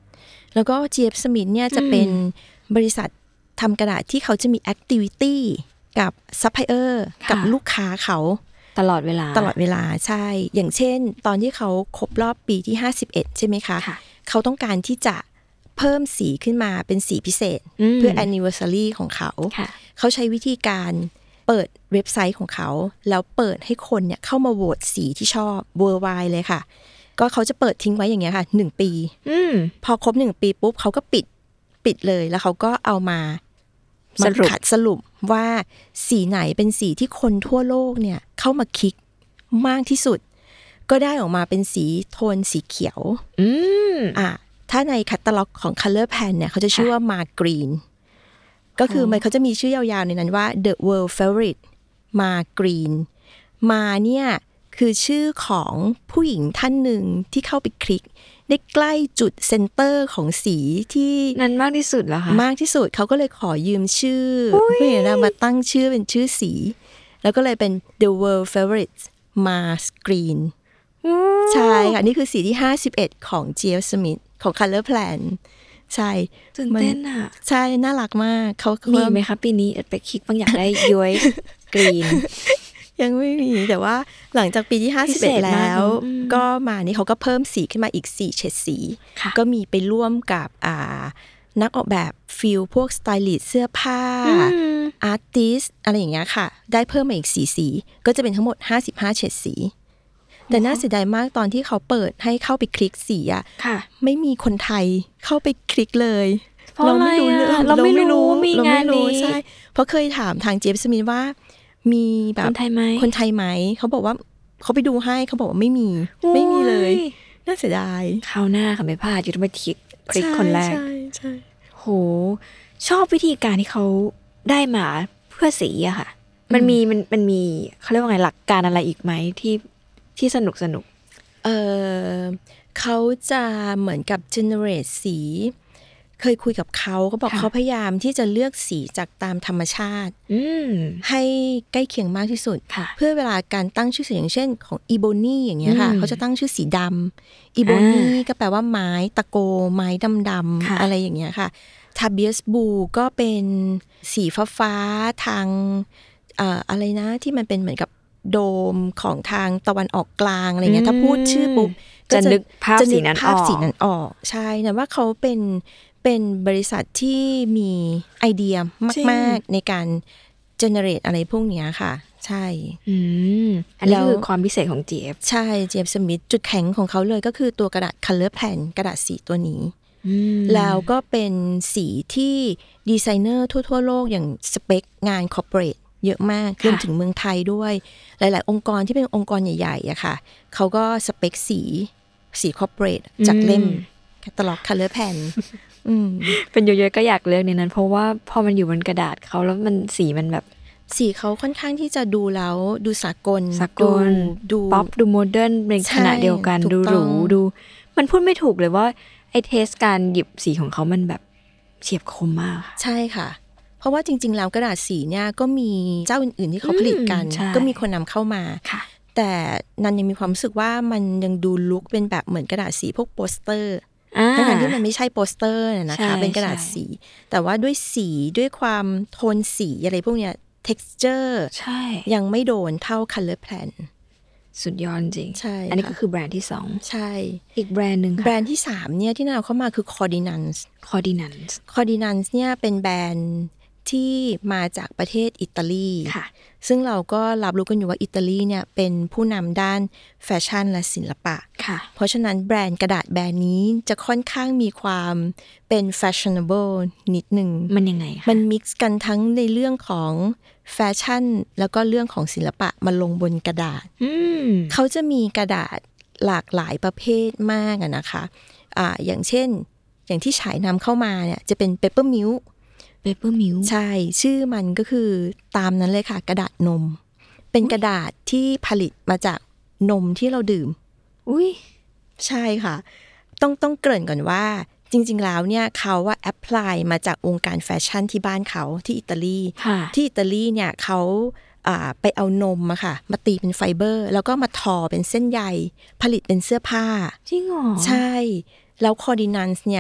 แล้วก็ จี เอฟ Smith เนี่ยจะเป็นบริษัททำกระดาษที่เขาจะมีแอคทิวิตี้กับซัพพลายเออร์กับลูกค้าเขาตลอดเวลาตลอดเวลาใช่อย่างเช่นตอนที่เขาครบรอบปีที่ห้าสิบเอ็ดใช่ไหมคะเขาต้องการที่จะเพิ่มสีขึ้นมาเป็นสีพิเศษเพื่อ anniversary ของเขาเขาใช้วิธีการเปิดเว็บไซต์ของเขาแล้วเปิดให้คนเนี่ยเข้ามาโหวตสีที่ชอบ worldwide เลยค่ะก็เขาจะเปิดทิ้งไว้อย่างเงี้ยค่ะหนึ่งปีพอครบหนึ่งปีปุ๊บเขาก็ปิดปิดเลยแล้วเขาก็เอามามาขัดสรุปว่าสีไหนเป็นสีที่คนทั่วโลกเนี่ยเข้ามาคลิกมากที่สุดก็ได้ออกมาเป็นสีโทนสีเขียวอืมอ่ะถ้าในแคตตาล็อกของ Color Plan เนี่ยเขาจะชื่อว่า Ma Green ก็คือมันเขาจะมีชื่อยาวๆในนั้นว่า The World Favorite Ma Green มาเนี่ยคือชื่อของผู้หญิงท่านหนึ่งที่เข้าไปคลิกได้ใกล้จุดเซนเตอร์ของสีที่นั้นมากที่สุดเหรอคะมากที่สุดเขาก็เลยขอยืมชื่อเพื่อนมาตั้งชื่อเป็นชื่อสีแล้วก็เลยเป็น The World Favorite Ma Green ใช่ค่ะนี่คือสีที่ห้าสิบเอ็ดของ จี เอฟ Smith ของ Color Plan ใช่ตื่นเต้นอ่ะใช่น่ารักมากเขามีไหมคะปีนี้ไปคลิกบางอยากได้ย้อยกรีนยังไม่มีแต่ว่าหลังจากปีที่ห้าสิบเอ็ดแล้วก็มานี่เขาก็เพิ่มสีขึ้นมาอีกสี่เฉดสีก็มีไปร่วมกับอ่านักออกแบบฟิลพวกสไตลิสต์เสื้อผ้าอาร์ติสอะไรอย่างเงี้ยค่ะได้เพิ่มมาอีกสี่สีก็จะเป็นทั้งหมดห้าสิบห้าเฉดสีแต่น่าเสียดายมากตอนที่เขาเปิดให้เข้าไปคลิกสีอ่ะไม่มีคนไทยเข้าไปคลิกเลยเราไม่รู้เรื่องเราไม่รู้มีงานนี้ใช่เพราะเคยถามทางเจฟสมิธว่ามีแบบคนไทยไหมคนไทยไหมเขาบอกว่าเขาไปดูให้เขาบอกว่าไม่มีไม่มีเลยน่าเสียดายคราวหน้าค่ะไม่พลาดอยู่ต้องไปคลิกคลิกคนแรกใช่ใช่โหชอบวิธีการที่เขาได้มาเพื่อสีอะค่ะมันมีมันมันมีเขาเรียกว่าไงหลักการอะไรอีกไหมที่ที่สนุกสนุกเออเขาจะเหมือนกับ generate สีเคยคุยกับเขาก็บอกเขาพยายามที่จะเลือกสีจากตามธรรมชาติให้ใกล้เคียงมากที่สุดเพื่อเวลาการตั้งชื่อสีอย่างเช่นของอีโบนี่อย่างเงี้ยค่ะเขาจะตั้งชื่อสีดำอีโบนี่ก็แปลว่าไม้ตะโกไม้ดำๆอะไรอย่างเงี้ยค่ะทาเบียสบูก็เป็นสีฟ้าๆทางเอ่ออะไรนะที่มันเป็นเหมือนกับโดมของทางตะวันออกกลางอะไรเงี้ยถ้าพูดชื่อปุ๊บจะนึกภาพสีนั้นออกสีนั้นออกใช่แต่ว่าเขาเป็นเป็นบริษัทที่มีไอเดียมากๆในการเจเนเรตอะไรพวกนี้ค่ะใช่อืมอันนี้คือความพิเศษของ จี เอฟใช่ จี เอฟ Smith จุดแข็งของเขาเลยก็คือตัวกระดาษ Color Plan กระดาษสีตัวนี้แล้วก็เป็นสีที่ดีไซเนอร์ทั่วๆโลกอย่างสเปคงานคอร์ปอเรทเยอะมากรวมถึงเมืองไทยด้วยหลายๆองค์กรที่เป็นองค์กรใหญ่ๆอะค่ะเขาก็สเปคสีสีคอร์ปอเรทจากเล่มแคตตาล็อก Color Plan เป็นเยอะๆก็อยากเลือกในนั้นเพราะว่าพอมันอยู่บนกระดาษเขาแล้วมันสีมันแบบสีเขาค่อนข้างที่จะดูแล้วดูสากลสากลดูป๊อปดูโมเดิร์นเป็นขณะเดียวกันดูหรูดูมันพูดไม่ถูกเลยว่าไอเทสการหยิบสีของเขามันแบบเฉียบคมมากใช่ค่ะเพราะว่าจริงๆแล้วกระดาษสีเนี่ยก็มีเจ้าอื่นๆที่เขาผลิตกันก็มีคนนำเข้ามาแต่นันยังมีความรู้สึกว่ามันยังดูลุคเป็นแบบเหมือนกระดาษสีพวกโปสเตอร์ทั้งที่มันไม่ใช่โปสเตอร์นะคะเป็นกระดาษสีแต่ว่าด้วยสีด้วยความโทนสีอะไรพวกเนี้ย texture ยังไม่โดนเท่า color plan สุดยอดจริงใช่อันนี้ก็คือแบรนด์ที่สองใช่อีกแบรนด์หนึ่งแบรนด์ที่สามเนี่ยที่นำเข้ามาคือ Cordinance Cordinance Cordinance เนี่ยเป็นแบรนด์ที่มาจากประเทศอิตาลีซึ่งเราก็รับรู้กันอยู่ว่าอิตาลีเนี่ยเป็นผู้นำด้านแฟชั่นและศิลปะเพราะฉะนั้นแบรนด์กระดาษแบรนด์นี้จะค่อนข้างมีความเป็น fashionable นิดนึงมันยังไงคะมันมิกซ์กันทั้งในเรื่องของแฟชั่นแล้วก็เรื่องของศิลปะมาลงบนกระดาษเขาจะมีกระดาษหลากหลายประเภทมากอะนะคะอ่าอย่างเช่นอย่างที่ฉายนำเข้ามาเนี่ยจะเป็น Peppermint Peppermint ใช่ชื่อมันก็คือตามนั้นเลยค่ะกระดาษนมเป็นกระดาษที่ผลิตมาจากนมที่เราดื่มอุ้ยใช่ค่ะต้องต้องเกริ่นก่อนว่าจริงๆแล้วเนี่ยเขาว่าแอพพลายมาจากวงการแฟชั่นที่บ้านเขาที่อิตาลีที่อิตาลีเนี่ยเขาไปเอานมอะค่ะมาตีเป็นไฟเบอร์แล้วก็มาทอเป็นเส้นใยผลิตเป็นเสื้อผ้าจริงเหรอใช่แล้ว Cordinance เนี่ย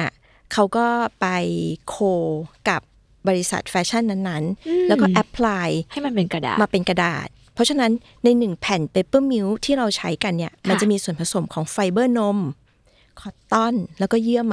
เขาก็ไปโคกับบริษัทแฟชั่นนั้นๆแล้วก็แอพพลายให้มันเป็นกระดาษมาเป็นกระดาษเพราะฉะนั้นในหนึ่งแผ่นเปเปอร์มิลค์ที่เราใช้กันเนี่ยมันจะมีส่วนผสมของไฟเบอร์นมคอตตอนแล้วก็เยื่อไหม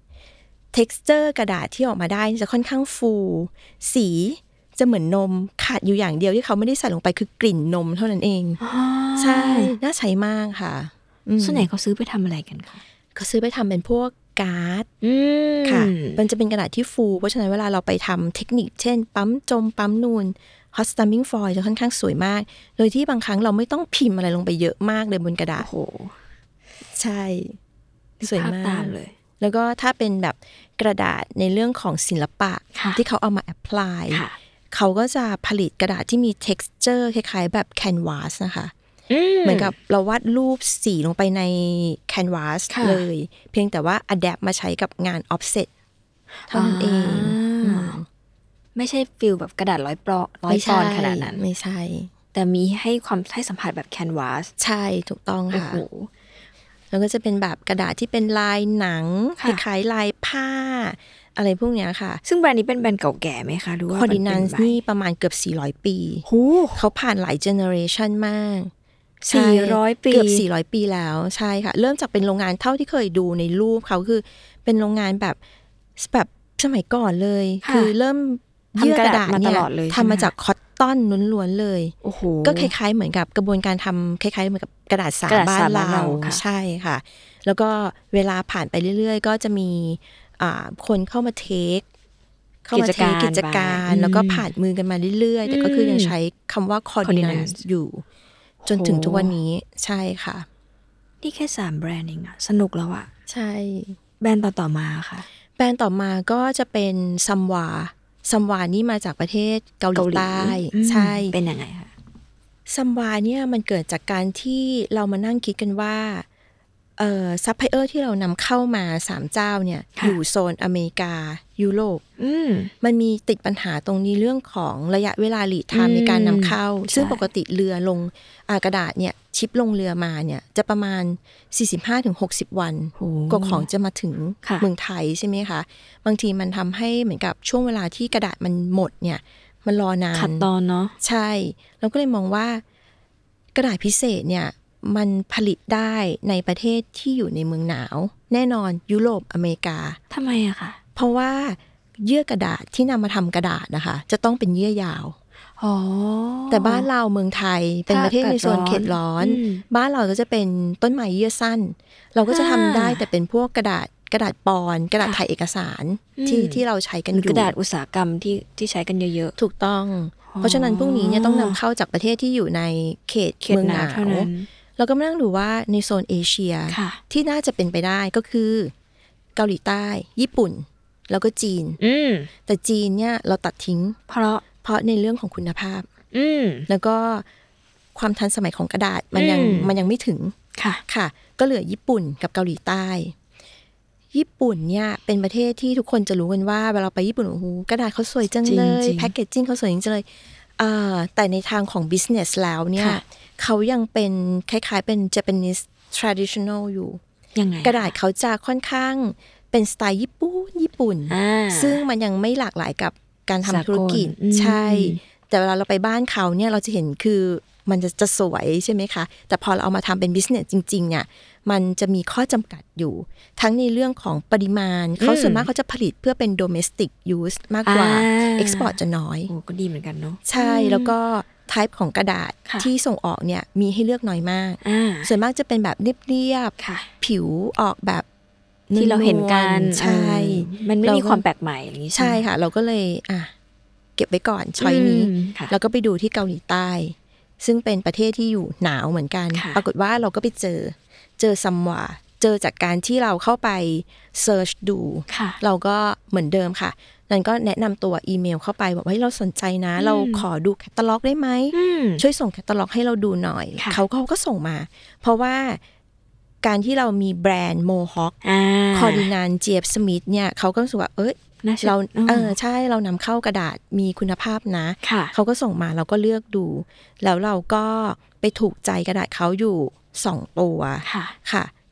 texture กระดาษที่ออกมาได้จะค่อนข้างฟูสีจะเหมือนนมขาดอยู่อย่างเดียวที่เขาไม่ได้ใส่ลงไปคือกลิ่นนมเท่านั้นเองใช่น่าใช้มากค่ะส่วนไหนเขาซื้อไปทำอะไรกันคะเขาซื้อไปทำเป็นพวกการ์ดค่ะมันจะเป็นกระดาษที่ฟูเพราะฉะนั้นเวลาเราไปทำเทคนิคเช่นปั๊มจมปั๊มนูน hot stamping foil จะค่อนข้างสวยมากโดยที่บางครั้งเราไม่ต้องพิมพ์อะไรลงไปเยอะมากเลยบนกระดาษโอ้โหใช่สวยมากเลยแล้วก็ถ้าเป็นแบบกระดาษในเรื่องของศิลปะที่เขาเอามาแอพพลายเขาก็จะผลิตกระดาษที่มี texture คล้ายๆแบบ canvas นะคะเหมือนกับเราวาดรูปสีลงไปใน canvas เลยเพียงแต่ว่า adapt มาใช้กับงาน offset เท่านั้นเองไม่ใช่ฟิลแบบกระดาษร้อยปอนร้อยปอนขนาดนั้นไม่ใช่แต่มีให้ความให้สัมผัสแบบ canvas ใช่ถูกต้องค่ะแล้วก็จะเป็นแบบกระดาษที่เป็นลายหนังคล้ายๆลายผ้าอะไรพวกเนี้ยค่ะซึ่งแบรนด์นี้เป็นแบรนด์เก่าแก่ไหมคะดูว่า Cordinance นี่ประมาณเกือบสี่ร้อยปีเขาผ่านหลายเจเนอเรชันมากสี่ร้อยปีเกือบสี่ร้อยปีแล้วใช่ค่ะเริ่มจากเป็นโรงงานเท่าที่เคยดูในรูปเขาคือเป็นโรงงานแบบแบบสมัยก่อนเลยคือเริ่มเยื่อกระดาษเนี่ยทำมาจากคอตตอนล้วนๆเลยก็คล้ายๆเหมือนกับกระบวนการทำคล้ายๆเหมือนกับกระดาษสาบ้านเราใช่ค่ะแล้วก็เวลาผ่านไปเรื่อยๆก็จะมีคนเข้ามาเทคเข้ามาเทคกิจการแล้วก็ผ่านมือกันมาเรื่อยๆแต่ก็คือยังใช้คำว่า Cordinance อยู่จนถึงทุกวันนี้ใช่ค่ะนี่แค่สามแบรนด์เองอะสนุกแล้วอะใช่แบรนด์ต่อๆมาค่ะแบรนด์ต่อมาก็จะเป็นซัมวาซัมวานี่มาจากประเทศเกาหลีใต้ใช่เป็นยังไงคะซัมวาเนี่ยมันเกิดจากการที่เรามานั่งคิดกันว่าเอ่อซัพพลายเออร์ที่เรานำเข้ามาสามเจ้าเนี่ยอยู่โซนอเมริกายุโรปมันมีติดปัญหาตรงนี้เรื่องของระยะเวลาลีดไทม์ในการนำเข้าซึ่งปกติเรือลงกระดาษเนี่ยชิปลงเรือมาเนี่ยจะประมาณ สี่สิบห้าถึงหกสิบ วันกว่าของจะมาถึงเมืองไทยใช่ไหมคะบางทีมันทำให้เหมือนกับช่วงเวลาที่กระดาษมันหมดเนี่ยมันรอนานขัดตอนเนาะใช่เราก็เลยมองว่ากระดาษพิเศษเนี่ยมันผลิตได้ในประเทศที่อยู่ในเมืองหนาวแน่นอนยุโรปอเมริกาทำไมอะคะเพราะว่าเยื่อกระดาษที่นำมาทำกระดาษนะคะจะต้องเป็นเยื่อยาวอ๋อแต่บ้านเราเมืองไทยเป็นประเทศในโซนเขตร้อนบ้านเราก็จะเป็นต้นไม้เยื่อสั้นเราก็จะทำได้แต่เป็นพวกกระดาษกระดาษปอนกระดาษถ่ายเอกสารที่ที่เราใช้กันอยู่กระดาษอุตสาหกรรมที่ที่ใช้กันเยอะๆถูกต้องเพราะฉะนั้นพวกนี้เนี่ยต้องนำเข้าจากประเทศที่อยู่ในเขตเมืองหนาวเราก็มานั่งดูว่าในโซนเอเชียที่น่าจะเป็นไปได้ก็คือเกาหลีใต้ญี่ปุ่นแล้วก็จีนแต่จีนเนี่ยเราตัดทิ้งเพราะเพราะในเรื่องของคุณภาพแล้วก็ความทันสมัยของกระดาษมันยังมันยังไม่ถึงค่ะค่ะก็เหลือญี่ปุ่นกับเกาหลีใต้ญี่ปุ่นเนี่ยเป็นประเทศที่ทุกคนจะรู้กันว่าเวลาไปญี่ปุ่นโอ้โหกระดาษเขาสวยจังเลยแพคเกจจิ้งเขาสวยจริงเลยแต่ในทางของ business แล้วเนี่ยเขายังเป็นคล้ายๆเป็น Japanese traditional อยู่ยังไงกระดาษเขาจะค่อนข้างเป็นสไตล์ญี่ปุ่นญี่ปุ่นซึ่งมันยังไม่หลากหลายกับการทำธุรกิจใช่แต่เวลาเราไปบ้านเขาเนี่ยเราจะเห็นคือมันจะจะสวยใช่ไหมคะแต่พอเราเอามาทำเป็น business จริงๆเนี่ยมันจะมีข้อจำกัดอยู่ทั้งในเรื่องของปริมาณเขาส่วนมากเขาจะผลิตเพื่อเป็น domestic use มากกว่า export จะน้อยโอ้ก็ดีเหมือนกันเนาะใช่แล้วก็type ของกระดาษที่ส่งออกเนี่ยมีให้เลือกน้อยมากส่วนมากจะเป็นแบบเรียบๆผิวออกแบบที่เราเห็นกันใช่มันไม่มีความแปลกใหม่อย่างนี้ใช่ค่ะเราก็เลยอ่ะเก็บไว้ก่อนช้อยนี้แล้วก็ไปดูที่เกาหลีใต้ซึ่งเป็นประเทศที่อยู่หนาวเหมือนกันปรากฏว่าเราก็ไปเจอเจอซัมวาเจอจากการที่เราเข้าไปเซิร์ชดูเราก็เหมือนเดิมค่ะนั่นก็แนะนำตัวอีเมลเข้าไปบอกว่าเราสนใจนะเราขอดูแคตตาล็อกได้ไหมช่วยส่งแคตตาล็อกให้เราดูหน่อยเขาเขาก็ส่งมาเพราะว่าการที่เรามีแบรนด์โมฮอคคอร์ดินานเจียบสมิธเนี่ยเขาก็รู้สึกว่าเอ้ยเราเออใช่เรานำเข้ากระดาษมีคุณภาพนะเขาก็ส่งมาเราก็เลือกดูแล้วเราก็ไปถูกใจกระดาษเขาอยู่สองตัวค่ะก็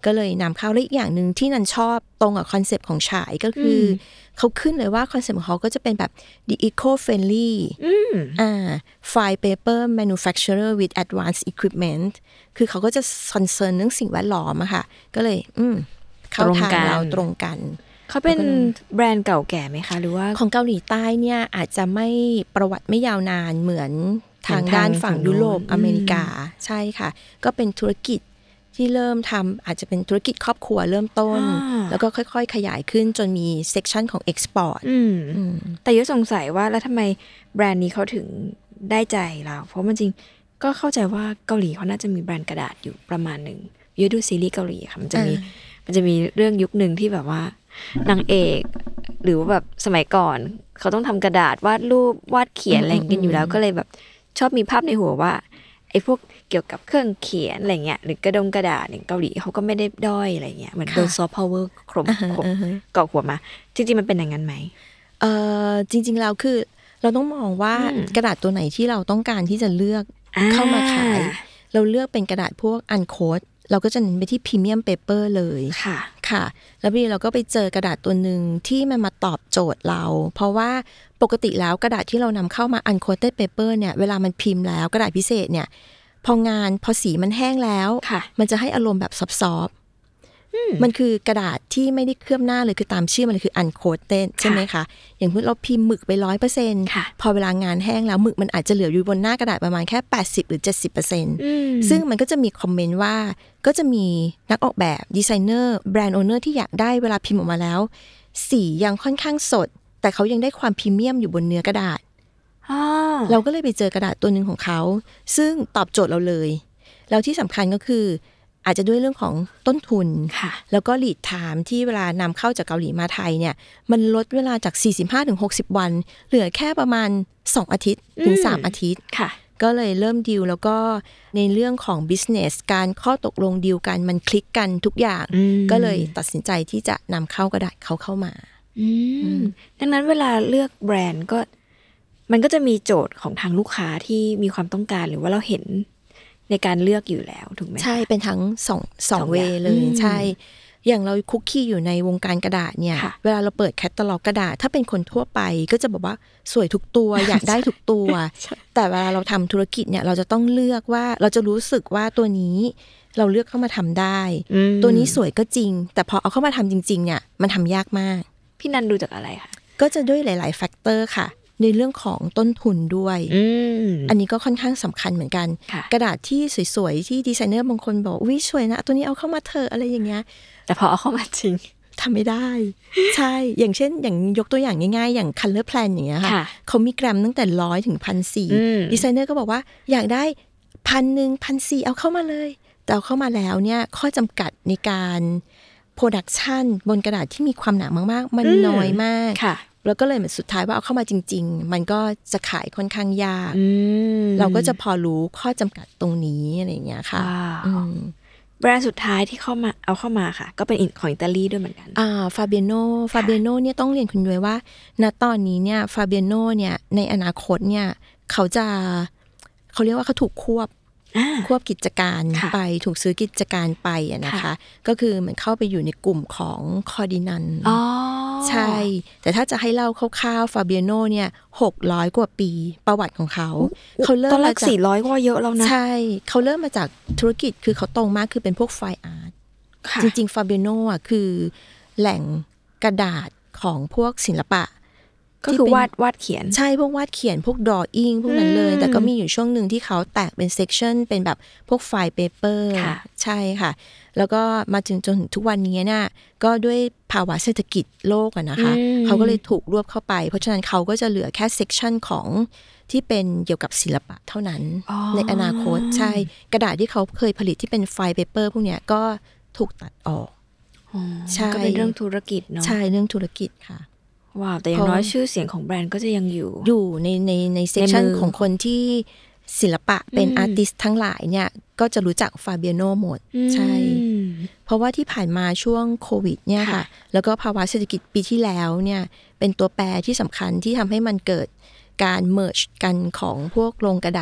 ก็เลยนำเข้าและอีกอย่างนึงที่นันชอบตรงกับคอนเซปต์ของฉายก็คือเขาขึ้นเลยว่าคอนเซปต์ของเขาก็จะเป็นแบบ the eco friendly อ่า fine paper manufacturer with advanced equipment คือเขาก็จะคอนเซิร์นเรื่องสิ่งแวดล้อมอะค่ะก็เลยอืมเข้าทางเราตรงกันเขาเป็นแบรนด์เก่าแก่ไหมคะหรือว่าของเกาหลีใต้เนี่ยอาจจะไม่ประวัติไม่ยาวนานเหมือนทางด้านฝั่งยุโรปอเมริกาใช่ค่ะก็เป็นธุรกิจที่เริ่มทำอาจจะเป็นธุรกิจครอบครัวเริ่มต้นแล้วก็ค่อยๆขยายขึ้นจนมีเซกชันของเอ็กซ์พอร์ตแต่ยุสงสัยว่าแล้วทำไมแบรนด์นี้เขาถึงได้ใจเราเพราะมันจริงก็เข้าใจว่าเกาหลีเขาน่าจะมีแบรนด์กระดาษอยู่ประมาณหนึ่งยุดูซีรีส์เกาหลีค่ะมันจะมีมันจะมีเรื่องยุคหนึ่งที่แบบว่านางเอกหรือว่าแบบสมัยก่อนเขาต้องทำกระดาษวาดรูปวาดเขียนอะไรกันอยู่แล้วก็เลยแบบชอบมีภาพในหัวว่าไอ้พวกเกี่ยวกับเครื่องเขียนอะไรเงี้ยหรือกระดงกระดาษอย่างเกาหลีเขาก็ไม่ได้ด้อยอะไรเงี้ยเหมือนโดนซอฟต์พาวเวอร์ครบเกาะหัวมาจริงๆมันเป็นอย่างนั้นไหมเออจริงๆแล้วคือเราต้องมองว่ากระดาษตัวไหนที่เราต้องการที่จะเลือกเข้ามาขายเราเลือกเป็นกระดาษพวกอันโค้ดเราก็จะเน้นไปที่พรีเมียมเปเปอร์เลยค่ะค่ะแล้วพี่เราก็ไปเจอกระดาษตัวหนึ่งที่มันมาตอบโจทย์เราเพราะว่าปกติแล้วกระดาษที่เรานำเข้ามา uncoated paper เนี่ยเวลามันพิมพ์แล้วกระดาษพิเศษเนี่ยพองานพอสีมันแห้งแล้วมันจะให้อารมณ์แบบซอฟต์ๆมันคือกระดาษที่ไม่ได้เคลือบหน้าเลยคือตามชื่อมันคือ uncoated ใช่ไหมคะอย่างเมื่อเราพิมพ์หมึกไป ร้อยเปอร์เซ็นต์ พอเวลางานแห้งแล้วหมึกมันอาจจะเหลืออยู่บนหน้ากระดาษประมาณแค่ แปดสิบ หรือ เจ็ดสิบเปอร์เซ็นต์ ซึ่งมันก็จะมีคอมเมนต์ว่าก็จะมีนักออกแบบดีไซเนอร์แบรนด์โอเนอร์ที่อยากได้เวลาพิมพ์ออกมาแล้วสียังค่อนข้างสดแต่เขายังได้ความพรีเมียมอยู่บนเนื้อกระดาษเราก็เลยไปเจอกระดาษตัวนึงของเขาซึ่งตอบโจทย์เราเลยแล้วที่สำคัญก็คืออาจจะด้วยเรื่องของต้นทุนแล้วก็ lead time ที่เวลานำเข้าจากเกาหลีมาไทยเนี่ยมันลดเวลาจาก สี่สิบห้าถึงหกสิบ วันเหลือแค่ประมาณสองอาทิตย์ถึงสามอาทิตย์ก็เลยเริ่มดีลแล้วก็ในเรื่องของ business การข้อตกลงดีลกันมันคลิกกันทุกอย่างก็เลยตัดสินใจที่จะนำเข้ากระดาษเขาเข้ามาดังนั้นเวลาเลือกแบรนด์ก็มันก็จะมีโจทย์ของทางลูกค้าที่มีความต้องการหรือว่าเราเห็นในการเลือกอยู่แล้วถูกไหมใช่เป็นทั้งสองสองเวเลยใช่อย่างเราคุกคีอยู่ในวงการกระดาษเนี่ยเวลาเราเปิดแคตตาล็อกกระดาษถ้าเป็นคนทั่วไปก็จะบอกว่าสวยทุกตัว อยากได้ทุกตัว แต่เวลาเราทำธุรกิจเนี่ยเราจะต้องเลือกว่าเราจะรู้สึกว่าตัวนี้เราเลือกเข้ามาทำได้ตัวนี้สวยก็จริงแต่พอเอาเข้ามาทำจริงๆเนี่ยมันทำยากมากพี่นันดูจากอะไรคะก็จะด้วยหลายๆแฟกเตอร์ค่ะในเรื่องของต้นทุนด้วยอ อันนี้ก็ค่อนข้างสำคัญเหมือนกันกระดาษที่สวยๆที่ดีไซเนอร์บางคนบอกอุ๊ยสวยนะตัวนี้เอาเข้ามาเถอะอะไรอย่างเงี้ยแต่พอเอาเข้ามาจริงทำไม่ได้ใช่อย่างเช่นอย่างยกตัวอย่างง่ายๆอย่าง color plan อย่างเงี้ยค่ะเขามีแกรมตั้งแต่ร้อยถึงพันสี่ดีไซเนอร์ก็บอกว่าอยากได้พันหนึ่งพันสี่เอาเข้ามาเลยแต่เอาเข้ามาแล้วเนี่ยข้อจำกัดในการโปรดักชันบนกระดาษที่มีความหนามากๆมันน้อยมากแล้วก็เลยเหมือนสุดท้ายว่าเอาเข้ามาจริงๆมันก็จะขายค่อนข้างยากเราก็จะพอรู้ข้อจำกัดตรงนี้อะไรอย่างเงี้ยค่ะแบรนด์สุดท้ายที่เข้ามาเอาเข้ามาค่ะก็เป็นของอิตาลีด้วยเหมือนกันอ่าฟาเบียโนฟาเบียโนเนี่ยต้องเรียนคุณด้วยว่าณตอนนี้เนี่ยฟาเบียโนเนี่ยในอนาคตเนี่ยเขาจะเขาเรียกว่าเขาถูกควบควบกิจการไปถูกซื้อกิจการไปอะนะคะก็คือเหมือนเข้าไปอยู่ในกลุ่มของคอร์ดินันใช่แต่ถ้าจะให้เล่าคร่าวๆฟาเบียโนเนี่ยหกร้อยกว่าปีประวัติของเขาเขาเริ่มมาจากสี่ร้อยกว่าเยอะแล้วนะใช่เขาเริ่มมาจากธุรกิจคือเขาตรงมากคือเป็นพวกไฟอาร์ตจริงๆฟาเบียโนอ่ะคือแหล่งกระดาษของพวกศิลปะก็คือวาดวาดเขียนใช่พวกวาดเขียนพวก drawing พวกนั้นเลยแต่ก็มีอยู่ช่วงหนึ่งที่เขาแตกเป็นเซกชันเป็นแบบพวกไฟล์เปเปอร์ใช่ค่ะแล้วก็มาถึงจนถึงทุกวันนี้เนี่ยก็ด้วยภาวะเศรษฐกิจโลกอะนะคะเขาก็เลยถูกรวบเข้าไปเพราะฉะนั้นเขาก็จะเหลือแค่เซกชันของที่เป็นเกี่ยวกับศิลปะเท่านั้นในอนาคตใช่กระดาษที่เขาเคยผลิตที่เป็นไฟล์เปเปอร์พวกเนี้ยก็ถูกตัดออกใช่ก็เป็นเรื่องธุรกิจเนาะใช่เรื่องธุรกิจค่ะว้าวแต่อย่างน้อยชื่อเสียงของแบรนด์ก็จะยังอยู่อยู่ในในในเซกชันของคนที่ศิลปะเป็นอาร์ติสทั้งหลายเนี่ยก็จะรู้จักฟาเบียโนหมดใช่เพราะว่าที่ผ่านมาช่วงโควิดเนี่ยค่ะแล้วก็ภาวะเศรษฐกิจปีที่แล้วเนี่ยเป็นตัวแปรที่สำคัญที่ทำให้มันเกิดการเมิร์จกันของพวกโรงกระดาษ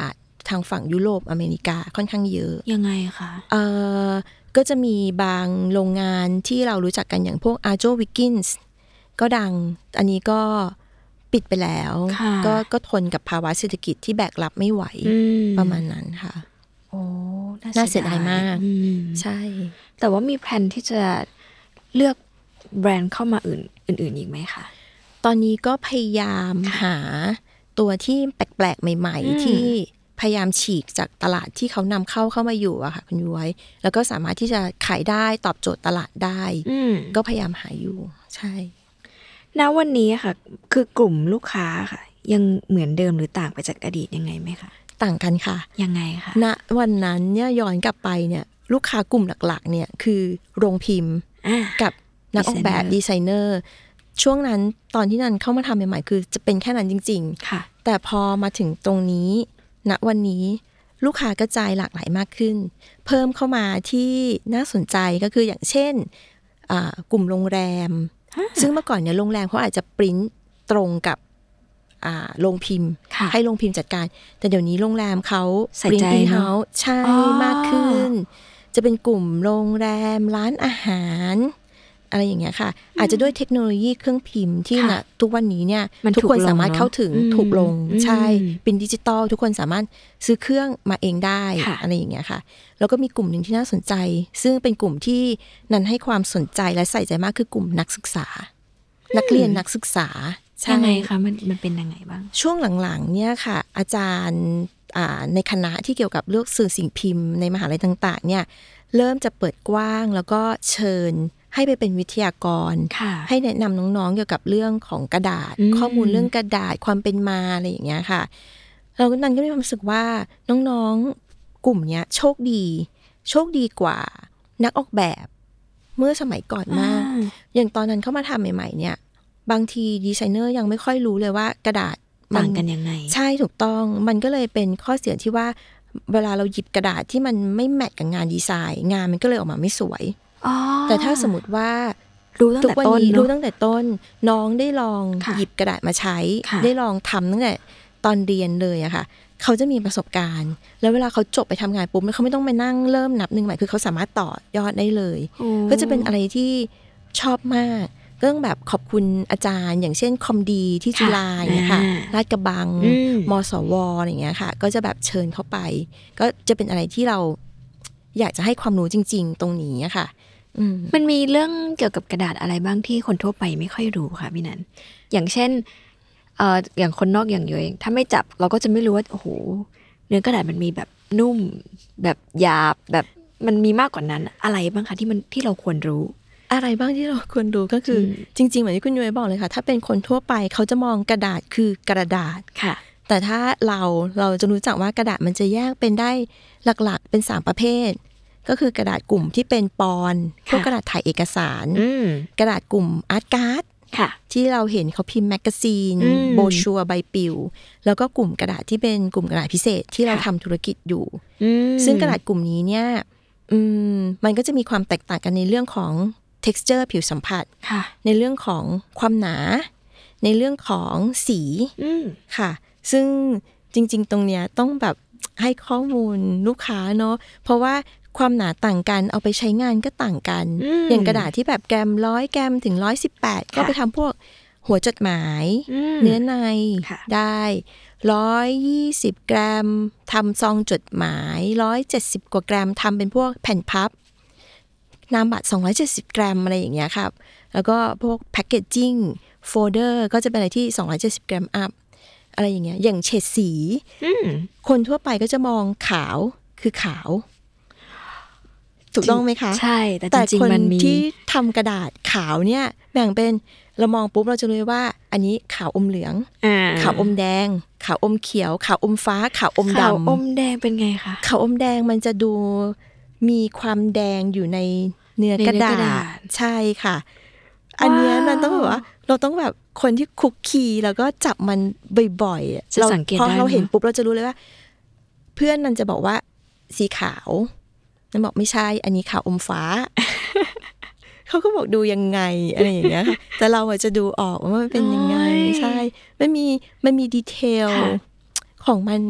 ทางฝั่งยุโรปอเมริกาค่อนข้างเยอะยังไงคะเอ่อก็จะมีบางโรงงานที่เรารู้จักกันอย่างพวก Arjo Wiggins ก็ดังอันนี้ก็ปิดไปแล้วก็ก็ทนกับภาวะเศรษฐกิจที่แบกรับไม่ไหวประมาณนั้นค่ะโอ้น่าเสียดายมากใช่แต่ว่ามีแผนที่จะเลือกแบรนด์เข้ามาอื่นอื่นๆอีกไหมคะตอนนี้ก็พยายามหาตัวที่แปลกๆใหม่ๆที่พยายามฉีกจากตลาดที่เขานำเข้าเข้ามาอยู่อะค่ะคุณย้อยแล้วก็สามารถที่จะขายได้ตอบโจทย์ตลาดได้ก็พยายามหาอยู่ใช่ณวันนี้ค่ะคือกลุ่มลูกค้าค่ะยังเหมือนเดิมหรือต่างไปจากอดีตยังไงไหมคะต่างกันค่ะยังไงคะณวันนั้นเนี่ยย้อนกลับไปเนี่ยลูกค้ากลุ่มหลักๆเนี่ยคือโรงพิมพ์กับนักออกแบบดีไซเนอร์ช่วงนั้นตอนที่นันเข้ามาทำใหม่ๆคือจะเป็นแค่นั้นจริงๆค่ะแต่พอมาถึงตรงนี้ณวันนี้ลูกค้ากระจายหลากหลายมากขึ้นเพิ่มเข้ามาที่น่าสนใจก็คืออย่างเช่นกลุ่มโรงแรมซึ่งเมื่อก่อนเนี่ยโรงแรมเขาอาจจะปริ้นตรงกับโรงพิมพ์ให้โรงพิมพ์จัดการแต่เดี๋ยวนี้โรงแรมเขาปริ้นอินเฮ้าส์ใช่มากขึ้นจะเป็นกลุ่มโรงแรมร้านอาหารอะไรอย่างเงี้ยค่ะอาจจะด้วยเทคโนโลยีเครื่องพิมพ์ที่นะทุกวันนี้เนี่ยทุกคนสามารถเข้าถึงถูกลงใช่เป็นดิจิตอลทุกคนสามารถซื้อเครื่องมาเองได้อะไรอย่างเงี้ยค่ะแล้วก็มีกลุ่มหนึ่งที่น่าสนใจซึ่งเป็นกลุ่มที่นันให้ความสนใจและใส่ใจมากคือกลุ่มนักศึกษานักเรียนนักศึกษายังไงคะมันมันเป็นยังไงบ้างช่วงหลังๆเนี่ยค่ะอาจารย์ในคณะที่เกี่ยวกับเรื่องสื่อสิ่งพิมพ์ในมหาลัยต่างๆเนี่ยเริ่มจะเปิดกว้างแล้วก็เชิญให้ไปเป็นวิทยากรให้แนะนำน้องๆเกี่ยวกับเรื่องของกระดาษข้อมูลเรื่องกระดาษความเป็นมาอะไรอย่างเงี้ยค่ะเราก็นั้นก็มีความรู้สึกว่าน้องๆกลุ่มเนี้ยโชคดีโชคดีกว่านักออกแบบเมื่อสมัยก่อนมากอย่างตอนนั้นเข้ามาทำใหม่ๆเนี่ยบางทีดีไซเนอร์ยังไม่ค่อยรู้เลยว่ากระดาษต่างกันยังไงใช่ถูกต้องมันก็เลยเป็นข้อเสียที่ว่าเวลาเราหยิบกระดาษที่มันไม่แมทกับงานดีไซน์งานมันก็เลยออกมาไม่สวยแต่ถ้าสมมติว่ารู้ตั้งแต่ต้นรู้ตั้งแต่ต้นน้องได้ลองหยิบกระดาษมาใช้ได้ลองทำตั้งแต่ตอนเรียนเลยอะค่ะเขาจะมีประสบการณ์แล้วเวลาเขาจบไปทำงานปุ๊บเขาไม่ต้องไปนั่งเริ่มนับหนึ่งใหม่คือเขาสามารถต่อยอดได้เลยก็จะเป็นอะไรที่ชอบมากเรื่องแบบขอบคุณอาจารย์อย่างเช่นคอมดีที่จุฬาเนี่ยค่ะลาดกระบังมสวอะไรอย่างเงี้ยค่ะก็จะแบบเชิญเข้าไปก็จะเป็นอะไรที่เราอยากจะให้ความรู้จริงๆตรงนี้ค่ะมันมีเรื่องเกี่ยวกับกระดาษอะไรบ้างที่คนทั่วไปไม่ค่อยรู้ค่ะพี่นันอย่างเช่นเอ่ออย่างคนนอกอย่างเยอะถ้าไม่จับเราก็จะไม่รู้ว่าโอ้โหเนื้อกระดาษมันมีแบบนุ่มแบบหยาบแบบมันมีมากกว่านั้นอะไรบ้างคะที่มันที่เราควรรู้อะไรบ้างที่เราควรรู้ก็คือจริงๆเหมือนที่คุณยุ้ยบอกเลยค่ะถ้าเป็นคนทั่วไปเขาจะมองกระดาษคือกระดาษค่ะแต่ถ้าเราเราจะรู้จักว่ากระดาษมันจะแยกเป็นได้หลักๆเป็นสามประเภทก็คือกระดาษกลุ่มที่เป็นปอนพวกกระดาษถ่ายเอกสารกระดาษกลุ่มอาร์ตการ์ดที่เราเห็นเขาพิมพ์แมกกาซีนโบชัวใบปลิวแล้วก็กลุ่มกระดาษที่เป็นกลุ่มกระดาษพิเศษที่เราทำธุรกิจอยู่ซึ่งกระดาษกลุ่มนี้เนี่ยมันก็จะมีความแตกต่างกันในเรื่องของ texture ผิวสัมผัสในเรื่องของความหนาในเรื่องของสีค่ะซึ่งจริงๆตรงเนี้ยต้องแบบให้ข้อมูลลูกค้าเนาะเพราะว่าความหนาต่างกันเอาไปใช้งานก็ต่างกันอย่างกระดาษที่แบบแกรมร้อยแกรมถึงร้อยสิบแปดก็ไปทำพวกหัวจดหมายเนื้อในได้ร้อยยี่สิบกรัมทำซองจดหมายร้อยเจ็ดสิบกว่ากรัมทำเป็นพวกแผ่นพับนามบัตรสองร้อยเจ็ดสิบกรัมอะไรอย่างเงี้ยครับแล้วก็พวกแพคเกจจิ้งโฟลเดอร์ก็จะเป็นอะไรที่สองร้อยเจ็ดสิบกรัมอัพอะไรอย่างเงี้ยอย่างเฉดสีคนทั่วไปก็จะมองขาวคือขาวถูกต้องไหมคะใช่แต่จริงๆมันมีที่ทำกระดาษขาวเนี่ยแบ่งเป็นเรามองปุ๊บเราจะรู้ว่าอันนี้ขาวอมเหลืองขาวอมแดงขาวอมเขียวขาวอมฟ้าขาวอมดำขาวอมแดงเป็นไงคะขาวอมแดงมันจะดูมีความแดงอยู่ในเนื้อกระดาษใช่ค่ะอันนี้มันต้องแบบว่าเราต้องแบบคนที่คุกคีแล้วก็จับมันบ่อยๆเราพอเราเห็นปุ๊บเราจะรู้เลยว่าเพื่อนมันจะบอกว่าสีขาวนั่นบอกไม่ใช่อันนี้ขาวอมฟ้า เขาก็บอกดูยังไงอะไรอย่างเงี้ยค่ะแต่เราอาจจะดูออกว่ามันเป็นยังไงใช่มันมีมันมีดีเทลของมัน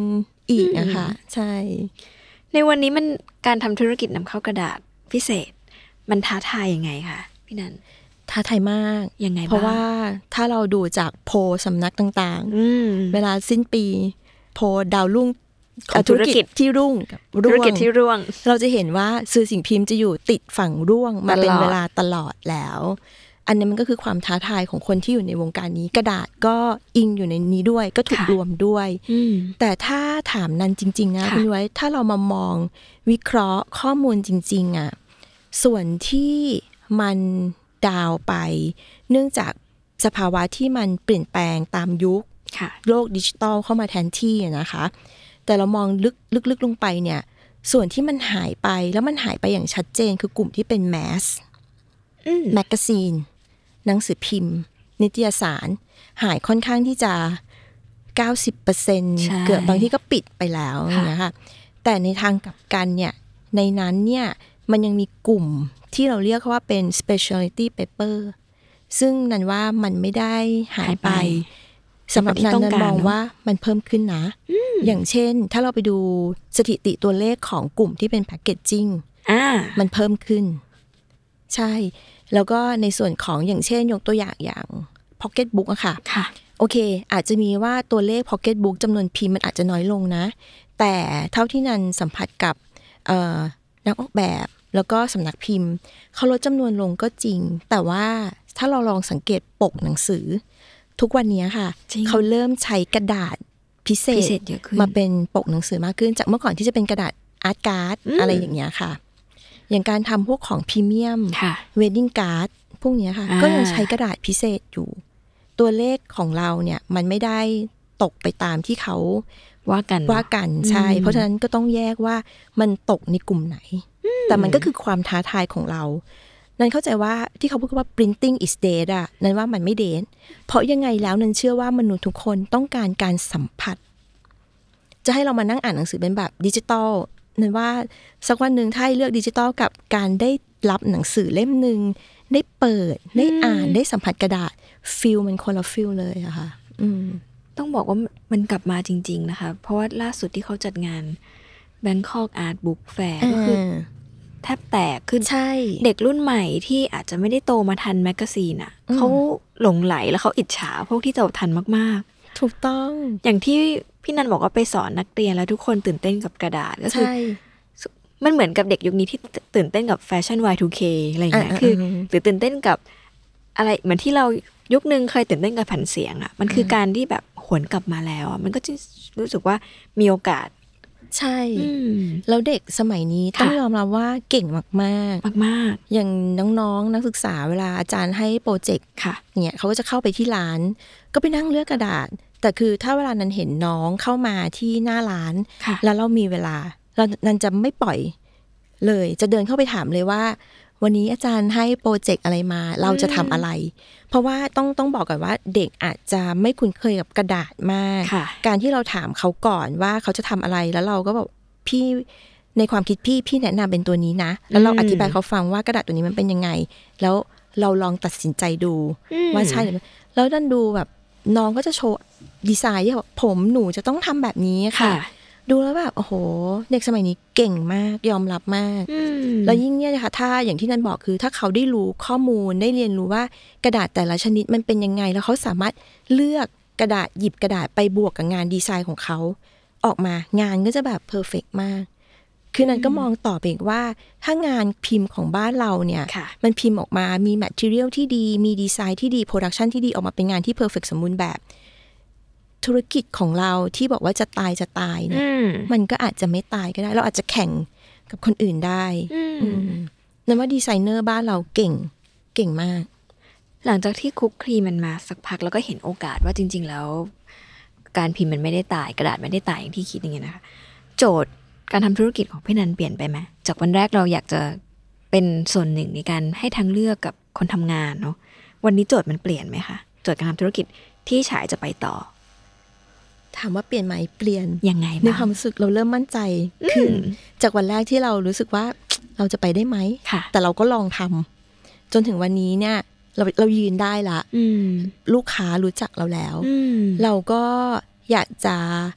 อีกนะคะใช่ในวันนี้มันการทำธุรกิจนำเข้ากระดาษพิเศษมันท้าทายยังไงคะพี่นันท้าทายมากยังไงบ้างเพราะว่าถ้าเราดูจากโพลสำนักต่างๆเวลาสิ้นปีโพลดาวรุ่งธุรกิจที่รุ่งกับธุรกิจที่ร่วงเราจะเห็นว่าสื่อสิ่งพิมพ์จะอยู่ติดฝั่งร่วงมาเป็นเวลาตลอดแล้วอันนี้มันก็คือความท้าทายของคนที่อยู่ในวงการนี้กระดาษก็อิงอยู่ในนี้ด้วยก็ถูกรวมด้วยแต่ถ้าถามนันจริงๆนะคุณไว้ถ้าเรามามองวิเคราะห์ข้อมูลจริงๆอ่ะส่วนที่มันดาวไปเนื่องจากสภาวะที่มันเปลี่ยนแปลงตามยุคโลกดิจิตอลเข้ามาแทนที่นะคะแต่เรามองลึกลึกๆลงไปเนี่ยส่วนที่มันหายไปแล้วมันหายไปอย่างชัดเจนคือกลุ่มที่เป็นแมสแมกกาซีนหนังสือพิมพ์นิตยสารหายค่อนข้างที่จะ เก้าสิบเปอร์เซ็นต์ เกือบบางที่ก็ปิดไปแล้วอย่างเงี้ยค่ะแต่ในทางกลับกันเนี่ยในนั้นเนี่ยมันยังมีกลุ่มที่เราเรียกว่าเป็น specialty paper ซึ่งนันว่ามันไม่ได้หายไปสำหรับนันนันมองว่ามันเพิ่มขึ้นนะอย่างเช่นถ้าเราไปดูสถิติตัวเลขของกลุ่มที่เป็นแพคเกจจิ้งมันเพิ่มขึ้นใช่แล้วก็ในส่วนของอย่างเช่นยกตัวอย่างอย่าง Pocket Book อะค่ะโอเคอาจจะมีว่าตัวเลข Pocket Book จำนวนพิมพ์มันอาจจะน้อยลงนะแต่เท่าที่นันสัมผัสกับนักออกแบบแล้วก็สำนักพิมพ์เขาลดจำนวนลงก็จริงแต่ว่าถ้าเราลองสังเกตปกหนังสือทุกวันนี้ค่ะเขาเริ่มใช้กระดาษพิเศษมาเป็นปกหนังสือมากขึ้นจากเมื่อก่อนที่จะเป็นกระดาษอาร์ตการ์ดอะไรอย่างเงี้ยค่ะอย่างการทำพวกของพรีเมียมเวดดิ้งการ์ดพวกนี้ค่ะก็ยังใช้กระดาษพิเศษอยู่ตัวเลขของเราเนี่ยมันไม่ได้ตกไปตามที่เขาว่ากันว่ากันใช่เพราะฉะนั้นก็ต้องแยกว่ามันตกในกลุ่มไหนแต่มันก็คือความท้าทายของเรานันเข้าใจว่าที่เขาพูดว่า printing is dead อ่ะนันว่ามันไม่ dead เพราะยังไงแล้วนันเชื่อว่ามนุษย์ทุกคนต้องการการสัมผัสจะให้เรามานั่งอ่านหนังสือเป็นแบบดิจิตอลนันว่าสักวันนึงถ้าเลือกดิจิตอลกับการได้รับหนังสือเล่มนึงได้เปิดได้อ่านได้สัมผัสกระดาษฟีลมันคนละฟีลเลยอะค่ะต้องบอกว่ามันกลับมาจริงๆนะคะเพราะว่าล่าสุดที่เขาจัดงาน Bangkok Art Book Fair ก็คือแทบแตกขึ้นเด็กรุ่นใหม่ที่อาจจะไม่ได้โตมาทันแมกกาซีนอ่ะเขาหลงไหลแล้วเขาอิจฉาพวกที่โตทันมากๆถูกต้องอย่างที่พี่นันบอกว่าไปสอนนักเรียนแล้วทุกคนตื่นเต้นกับกระดาษก็คือมันเหมือนกับเด็กยุคนี้ที่ตื่นเต้นกับแฟชั่น วาย ทู เค อะไรอย่างเงี้ยคือหรือตื่นเต้นกับอะไรเหมือนที่เรายุคนึงเคยตื่นเต้นกับแผ่นเสียงอ่ะมันคือการที่แบบหวนกลับมาแล้วอ่ะมันก็จะรู้สึกว่ามีโอกาสใช่แล้วเด็กสมัยนี้ต้องยอมรับว่าเก่งมากๆมากๆอย่างน้องๆนักศึกษาเวลาอาจารย์ให้โปรเจกต์เนี่ยเขาก็จะเข้าไปที่ร้านก็ไปนั่งเลือกกระดาษแต่คือถ้าเวลานั้นเห็นน้องเข้ามาที่หน้าร้านแล้วเรามีเวลาเรานั้นจะไม่ปล่อยเลยจะเดินเข้าไปถามเลยว่าวันนี้อาจารย์ให้โปรเจกต์อะไรมาเราจะทำอะไรเพราะว่าต้องต้องบอกก่อนว่าเด็กอาจจะไม่คุ้นเคยกับกระดาษมากการที่เราถามเขาก่อนว่าเขาจะทำอะไรแล้วเราก็บอกพี่ในความคิดพี่พี่แนะนำเป็นตัวนี้นะแล้วเราอธิบายเขาฟังว่ากระดาษตัวนี้มันเป็นยังไงแล้วเราลองตัดสินใจดูว่าใช่หรือไม่แล้วดันดูแบบน้องก็จะโชว์ดีไซน์ที่แบบผมหนูจะต้องทำแบบนี้ค่ะดูแล้วแบบโอ้โหเด็กสมัยนี้เก่งมากยอมรับมากแล้วยิ่งเนี่ยนะคะถ้าอย่างที่นันบอกคือถ้าเขาได้รู้ข้อมูลได้เรียนรู้ว่ากระดาษแต่ละชนิดมันเป็นยังไงแล้วเขาสามารถเลือกกระดาษหยิบกระดาษไปบวกกับงานดีไซน์ของเขาออกมางานก็จะแบบเพอร์เฟกต์มากคือนันก็มองต่อไปอีกว่าถ้างานพิมพ์ของบ้านเราเนี่ยมันพิมพ์ออกมามีแมททีเรียลที่ดีมีดีไซน์ที่ดีโปรดักชันที่ดีออกมาเป็นงานที่เพอร์เฟกต์สมบูรณ์แบบธุรกิจของเราที่บอกว่าจะตายจะตายเนี่ยมันก็อาจจะไม่ตายก็ได้เราอาจจะแข่งกับคนอื่นได้นั่นว่าดีไซเนอร์บ้านเราเก่งเก่งมากหลังจากที่คุกคลีมันมาสักพักแล้วก็เห็นโอกาสว่าจริงๆแล้วการพิมพ์มันไม่ได้ตายกระดาษไม่ได้ตายอย่างที่คิดอย่างเงี้ยนะคะโจทย์การทำธุรกิจของพี่นันเปลี่ยนไปไหมจากวันแรกเราอยากจะเป็นส่วนหนึ่งในการให้ทางเลือกกับคนทำงานเนาะวันนี้โจทย์มันเปลี่ยนไหมคะโจทย์การทำธุรกิจที่ฉายจะไปต่อถามว่าเปลี่ยนไหมเปลี่ยนยังไงในความรู้สึกเราเริ่มมั่นใจขึ้นจากวันแรกที่เรารู้สึกว่าเราจะไปได้ไหมแต่เราก็ลองทำจนถึงวันนี้เนี่ยเราเรายืนได้ละลูกค้ารู้จักเราแล้วเราก็อยากจะท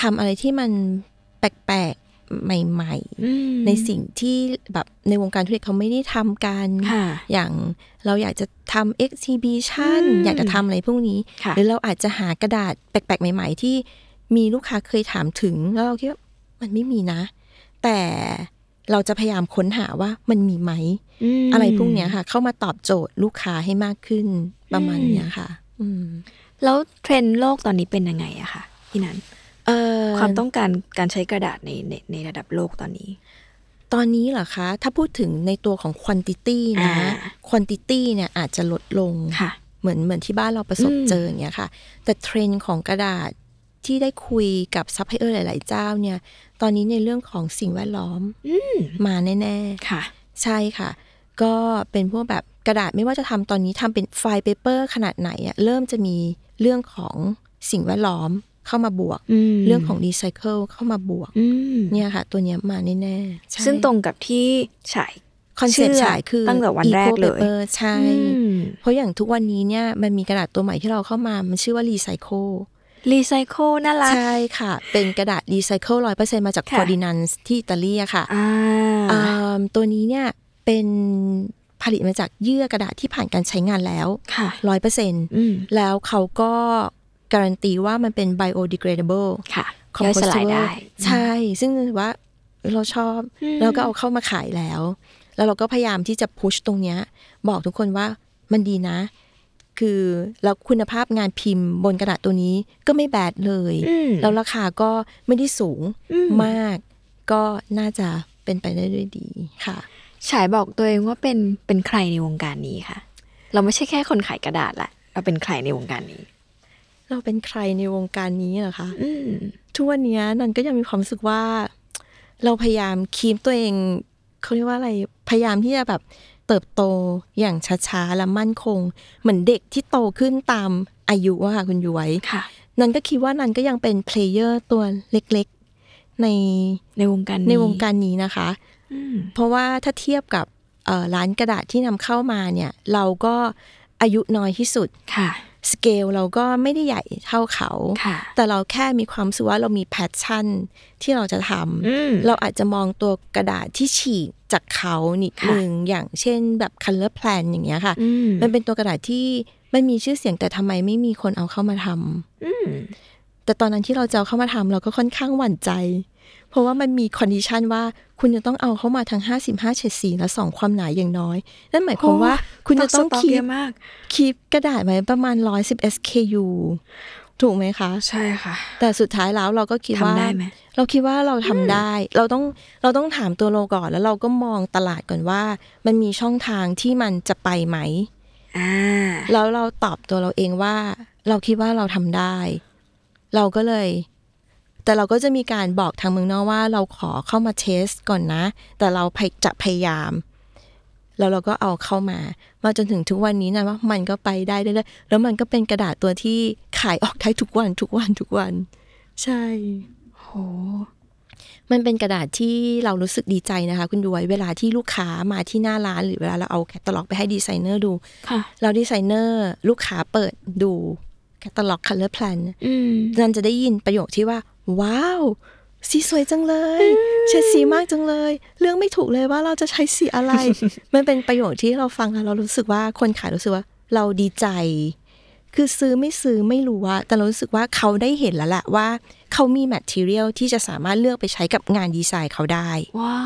ำอะไรที่มันแปลกๆใหม่ๆในสิ่งที่แบบในวงการธุรกิจเขาไม่ได้ทำกันอย่างเราอยากจะทำ exhibition อยากจะทำอะไรพวกนี้หรือเราอาจจะหากระดาษแปลกๆใหม่ๆที่มีลูกค้าเคยถามถึงแล้วเราคิดว่ามันไม่มีนะแต่เราจะพยายามค้นหาว่ามันมีไหม อ, อะไรพวกนี้ค่ะเข้ามาตอบโจทย์ลูกค้าให้มากขึ้นประมาณนี้ค่ะแล้วเทรนด์โลกตอนนี้เป็นยังไงอะคะพี่นันความต้องการการใช้กระดาษในในในระดับโลกตอนนี้ตอนนี้เหรอคะถ้าพูดถึงในตัวของ quantity นะ quantity เนี่ยอาจจะลดลงเหมือนเหมือนที่บ้านเราประสบเจออย่างเงี้ยค่ะแต่เทรนด์ของกระดาษที่ได้คุยกับซัพพลายเออร์หลายๆเจ้าเนี่ยตอนนี้ในเรื่องของสิ่งแวดล้อมมาแน่ๆค่ะใช่ค่ะก็เป็นพวกแบบกระดาษไม่ว่าจะทำตอนนี้ทำเป็นไฟล์เปเปอร์ขนาดไหนอะเริ่มจะมีเรื่องของสิ่งแวดล้อมเข้ามาบวกเรื่องของรีไซเคิลเข้ามาบวกเนี่ยค่ะตัวนี้มาแน่ๆซึ่งตรงกับที่ฉายคอนเซ็ปต์ฉายคือตั้งแต่วันแรกเลยใช่เพราะอย่างทุกวันนี้เนี่ยมันมีกระดาษตัวใหม่ที่เราเข้ามามันชื่อว่ารีไซเคิลรีไซเคิลน่ารักใช่ค่ะเป็นกระดาษรีไซเคิล ร้อยเปอร์เซ็นต์ มาจากฟอร์ดินันซ์ที่อิตาลีอะค่ะตัวนี้เนี่ยเป็นผลิตมาจากเยื่อกระดาษที่ผ่านการใช้งานแล้ว ร้อยเปอร์เซ็นต์ แล้วเขาก็การันตีว่ามันเป็น biodegradable ค่ะย่อยสลายได้ใช่ซึ่งถือว่าเราชอบเราก็เอาเข้ามาขายแล้วแล้วเราก็พยายามที่จะพุชตรงเนี้ยบอกทุกคนว่ามันดีนะคือแล้วคุณภาพงานพิมพ์บนกระดาษตัวนี้ก็ไม่แบดเลยแล้วราคาก็ไม่ได้สูงมากก็น่าจะเป็นไปได้ด้วยดีค่ะฉายบอกตัวเองว่าเป็นเป็นใครในวงการนี้ค่ะเราไม่ใช่แค่คนขายกระดาษละเราเป็นใครในวงการนี้เราเป็นใครในวงการนี้เหรอคะทุกวันนี้นันก็ยังมีความรู้สึกว่าเราพยายามคีปตัวเองเขาเรียกว่าอะไรพยายามที่จะแบบเติบโตอย่างช้าๆและมั่นคงเหมือนเด็กที่โตขึ้นตามอายุอะค่ะคุณย้วยนันก็คิดว่านันก็ยังเป็นเพลเยอร์ตัวเล็กๆในในวงการในวงการนี้นะคะเพราะว่าถ้าเทียบกับร้านกระดาษที่นำเข้ามาเนี่ยเราก็อายุน้อยที่สุดสเกลเราก็ไม่ได้ใหญ่เท่าเขาแต่เราแค่มีความรู้สึกว่าเรามีแพชชั่นที่เราจะทำเราอาจจะมองตัวกระดาษที่ฉีกจากเขานิดนึงอย่างเช่นแบบ color plan อย่างเงี้ยค่ะมันเป็นตัวกระดาษที่มันมีชื่อเสียงแต่ทำไมไม่มีคนเอาเข้ามาทำแต่ตอนนั้นที่เราจะเอาเข้ามาทำเราก็ค่อนข้างหวั่นใจเพราะว่ามันมีคอนดิชันว่าคุณจะต้องเอาเข้ามาทั้งห้าสิบห้าเฉดสีและสองความหนาอย่างน้อยนั่นหมายความว่าคุณจะต้องคีปคีปกระดาษไว้ประมาณหนึ่งร้อยสิบ เอส เค ยู ถูกไหมคะใช่ค่ะแต่สุดท้ายแล้วเราก็คิดว่าเราคิดว่าเราทำได้เราต้องเราต้องถามตัวเราก่อนแล้วเราก็มองตลาดก่อนว่ามันมีช่องทางที่มันจะไปไหมแล้วเราตอบตัวเราเองว่าเราคิดว่าเราทำได้เราก็เลยแต่เราก็จะมีการบอกทางเมืองนอกว่าเราขอเข้ามาเทสก่อนนะแต่เราจะพยายามแล้วเราก็เอาเข้ามามาจนถึงทุกวันนี้นะว่ามันก็ไปได้เรื่อยๆแล้วมันก็เป็นกระดาษตัวที่ขายออกได้ทุกวันทุกวันทุกวันใช่โหมันเป็นกระดาษที่เรารู้สึกดีใจนะคะคุณย้วยเวลาที่ลูกค้ามาที่หน้าร้านหรือเวลาเราเอาแคตตาล็อกไปให้ดีไซเนอร์ดูเราดีไซเนอร์ลูกค้าเปิดดูแคตตาล็อก color plan นั่นจะได้ยินประโยคที่ว่าว้าวสีสวยจังเลยใช้สีมากจังเลยเรื่องไม่ถูกเลยว่าเราจะใช้สีอะไร มันเป็นประโยคที่เราฟังแล้วเรารู้สึกว่าคนขายรู้สึกว่าเราดีใจคือซื้อไม่ซื้อไม่รู้ว่าแต่เรารู้สึกว่าเขาได้เห็นแล้วแหละว่าเขามีแมททีเรียลที่จะสามารถเลือกไปใช้กับงานดีไซน์เขาได้ว้าว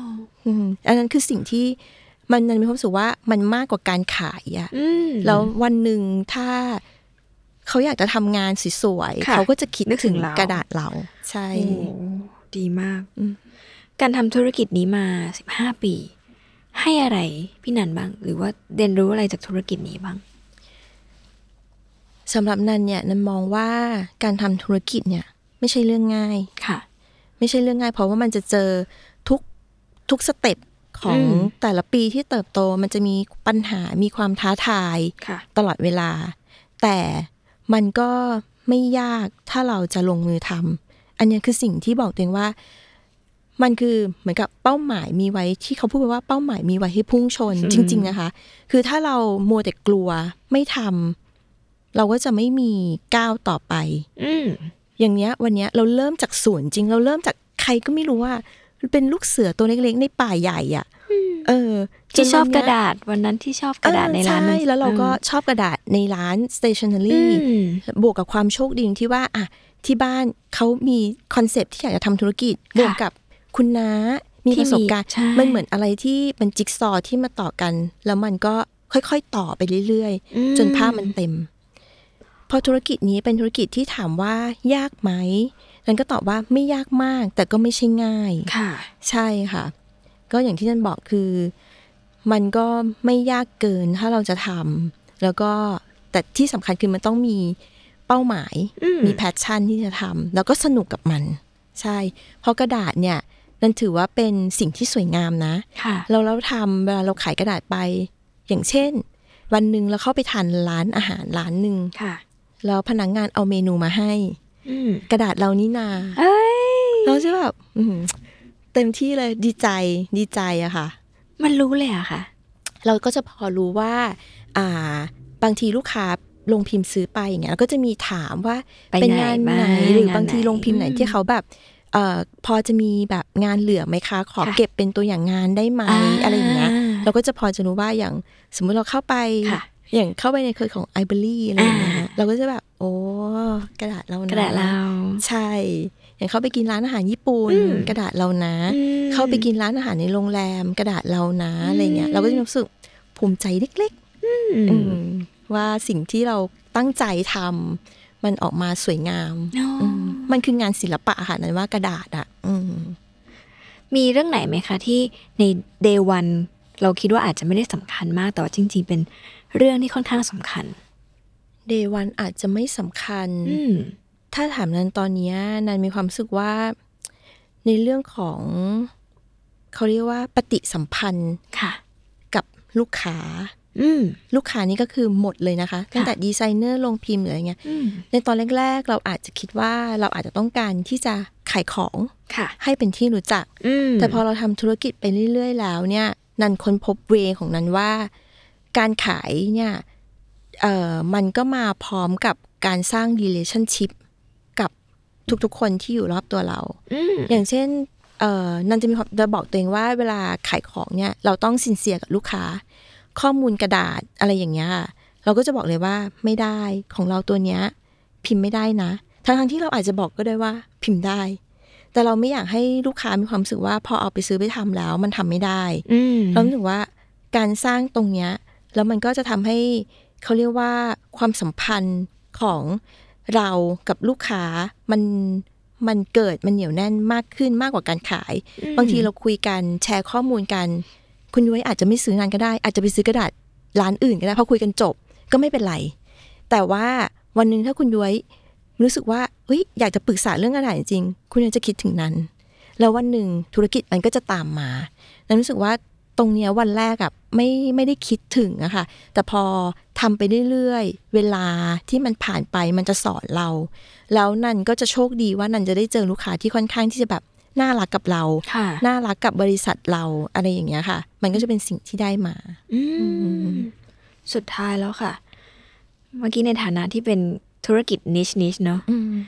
อันนั้นคือสิ่งที่มันมันมีความรู้สึกว่ามันมากกว่าการขายอะแล้ววันหนึ่งถ้าเขาอยากจะทำงานสวยๆเขาก็จะคิดถึงกระดาษเราใช่ดีมากการทำธุรกิจนี้มาสิบห้าปีให้อะไรพี่นันบ้างหรือว่าเรียนรู้อะไรจากธุรกิจนี้บ้างสำหรับนันเนี่ยนันมองว่าการทำธุรกิจเนี่ยไม่ใช่เรื่องง่ายค่ะไม่ใช่เรื่องง่ายเพราะว่ามันจะเจอทุกทุกสเต็ปของแต่ละปีที่เติบโตมันจะมีปัญหามีความท้าทายตลอดเวลาแต่มันก็ไม่ยากถ้าเราจะลงมือทำอันนี้คือสิ่งที่บอกตัวเองว่ามันคือเหมือนกับเป้าหมายมีไว้ที่เขาพูดว่าเป้าหมายมีไว้ให้พุ่งชนจริงๆนะคะคือถ้าเรามัวแต่กลัวไม่ทำเราก็จะไม่มีก้าวต่อไปอย่างเนี้ยวันเนี้ยเราเริ่มจากศูนย์จริงเราเริ่มจากใครก็ไม่รู้ว่าเป็นลูกเสือตัวเล็กๆในป่าใหญ่อ่ะเออที่ชอบกระดาษวันนั้นที่ชอบกระดาษในร้านใช่แล้วเราก็ชอบกระดาษในร้าน stationery บวกกับความโชคดีที่ว่าอ่ะที่บ้านเขามีคอนเซปต์ที่อยากจะทำธุรกิจบวกกับคุณน้ามีประสบการณ์มันเหมือนอะไรที่มันจิ๊กซอว์ที่มาต่อกันแล้วมันก็ค่อยๆต่อไปเรื่อยๆจนภาพมันเต็มพอธุรกิจนี้เป็นธุรกิจที่ถามว่ายากไหมนันก็ตอบว่าไม่ยากมากแต่ก็ไม่ใช่ง่ายค่ะใช่ค่ะก็อย่างที่นันบอกคือมันก็ไม่ยากเกินถ้าเราจะทำแล้วก็แต่ที่สำคัญคือมันต้องมีเป้าหมายมีแพชชั่นที่จะทำแล้วก็สนุกกับมันใช่เพราะกระดาษเนี่ยนั่นถือว่าเป็นสิ่งที่สวยงามนะเราเราทำเวลาเราขายกระดาษไปอย่างเช่นวันหนึ่งเราเข้าไปทานร้านอาหารร้านหนึ่งแล้วพนักงานเอาเมนูมาให้กระดาษเรานี่นาเราจะแบบเต็มที่เลยดีใจดีใจอะค่ะมันรู้เลยอะค่ะเราก็จะพอรู้ว่าอ่าบางทีลูกค้าลงพิมพ์ซื้อไปอย่างเงี้ยแล้วก็จะมีถามว่าเป็นงานไหนหรือบางทีลงพิมพ์ไหนที่เขาแบบเอ่อพอจะมีแบบงานเหลือไหมคะขอเก็บเป็นตัวอย่างงานได้ไหม อ, อะไรอย่างเงี้ยเราก็จะพอจะรู้ว่าอย่างสมมุติเราเข้าไปอย่างเข้าไปในเครือของไอเบอรี่อะไรอย่างเงี้ยเราก็จะแบบโอ้กระดาษเรานะกระดาษเราใช่อย่างเข้าไปกินร้านอาหารญี่ปุ่นกระดาษเรานะเข้าไปกินร้านอาหารในโรงแรมกระดาษเรานะอะไรเงี้ยเราก็จะรู้สึกภูมิใจเล็กๆว่าสิ่งที่เราตั้งใจทำมันออกมาสวยงามมันคืองานศิลปะค่ะนั่นว่ากระดาษอ่ะมีเรื่องไหนไหมคะที่ใน day one เราคิดว่าอาจจะไม่ได้สำคัญมากแต่ว่าจริงๆเป็นเรื่องที่ค่อนข้างสำคัญ day one อาจจะไม่สำคัญถ้าถามนั้นตอนนี้นันมีความรู้สึกว่าในเรื่องของเขาเรียกว่าปฏิสัมพันธ์กับลูกค้าลูกค้านี่ก็คือหมดเลยนะคะตั้งแต่ดีไซเนอร์ลงพิมพ์หรืออะไรเงี้ยในตอนแรกๆเราอาจจะคิดว่าเราอาจจะต้องการที่จะขายของให้เป็นที่รู้จักแต่พอเราทำธุรกิจไปเรื่อยๆแล้วเนี่ยนันค้นพบเวของนันว่าการขายเนี่ยเอ่อมันก็มาพร้อมกับการสร้าง relationship กับทุกๆคนที่อยู่รอบตัวเราอย่างเช่นเอ่อนันจะมีความจะบอกตัวเองว่าเวลาขายของเนี่ยเราต้องซินเซียร์กับลูกค้าข้อมูลกระดาษอะไรอย่างเงี้ยเราก็จะบอกเลยว่าไม่ได้ของเราตัวเนี้ยพิมพ์ไม่ได้นะทั้งๆที่เราอาจจะบอกก็ได้ว่าพิมพ์ได้แต่เราไม่อยากให้ลูกค้ามีความรู้สึกว่าพอเอาไปซื้อไปทำแล้วมันทำไม่ได้เรารู้สึกว่าการสร้างตรงเนี้ยแล้วมันก็จะทำให้เขาเรียกว่าความสัมพันธ์ของเรากับลูกค้ามันมันเกิดมันเหนียวแน่นมากขึ้นมากกว่าการขายบางทีเราคุยกันแชร์ข้อมูลกันคุณยุ้ยอาจจะไม่ซื้องานก็ได้อาจจะไปซื้อกระดาษร้านอื่นก็ได้พอคุยกันจบก็ไม่เป็นไรแต่ว่าวันนึงถ้าคุณยุ้ยรู้สึกว่าเฮ้ยอยากจะปรึกษาเรื่องกระดาษจริงๆคุณยุ้ยจะคิดถึงนั้นแล้ววันหนึ่งธุรกิจมันก็จะตามมานั้นรู้สึกว่าตรงเนี้ยวันแรกอะไม่ไม่ได้คิดถึงอะค่ะแต่พอทำไปเรื่อยๆเวลาที่มันผ่านไปมันจะสอนเราแล้วนันก็จะโชคดีว่านันจะได้เจอลูกค้าที่ค่อนข้างที่จะแบบน่ารักกับเราน่ารักกับบริษัทเราอะไรอย่างเงี้ยค่ะมันก็จะเป็นสิ่งที่ได้มาสุดท้ายแล้วค่ะเมื่อกี้ในฐานะที่เป็นธุรกิจ niche niche เนาะ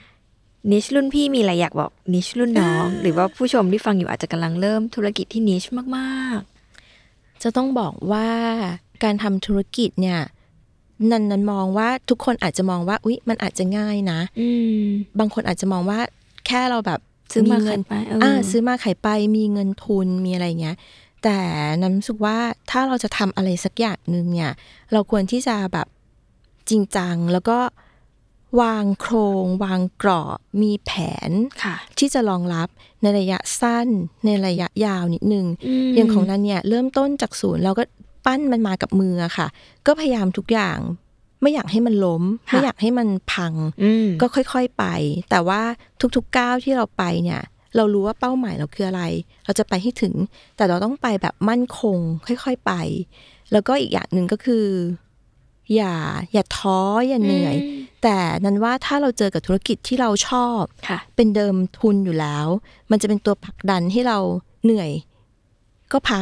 niche รุ่นพี่มีอะไรอยากบอก niche รุ่นน้องหรือว่าผู้ชมที่ฟังอยู่อาจจะกำลังเริ่มธุรกิจที่ niche มากๆจะต้องบอกว่าการทำธุรกิจเนี่ยนันนันมองว่าทุกคนอาจจะมองว่าอุ๊ยมันอาจจะง่ายนะบางคนอาจจะมองว่าแค่เราแบบซื้อมาขายไปอ่าซื้อมาขายไปมีเงินทุนมีอะไรเงี้ยแต่นั้นรู้สึกว่าถ้าเราจะทำอะไรสักอย่างนึงเนี่ยเราควรที่จะแบบจริงจังแล้วก็วางโครงวางกรอบมีแผนที่จะรองรับในระยะสั้นในระยะยาวนิดนึงอย่างของนั้นเนี่ยเริ่มต้นจากศูนย์เราก็ปั้นมันมากับมือค่ะก็พยายามทุกอย่างไม่อยากให้มันล้มไม่อยากให้มันพังก็ค่อยๆไปแต่ว่าทุกๆก้าวที่เราไปเนี่ยเรารู้ว่าเป้าหมายเราคืออะไรเราจะไปให้ถึงแต่เราต้องไปแบบมั่นคงค่อยๆไปแล้วก็อีกอย่างหนึ่งก็คืออย่าอย่าท้ออย่าเหนื่อยแต่นั้นว่าถ้าเราเจอกับธุรกิจที่เราชอบเป็นเดิมทุนอยู่แล้วมันจะเป็นตัวผลักดันให้เราเหนื่อยก็พัก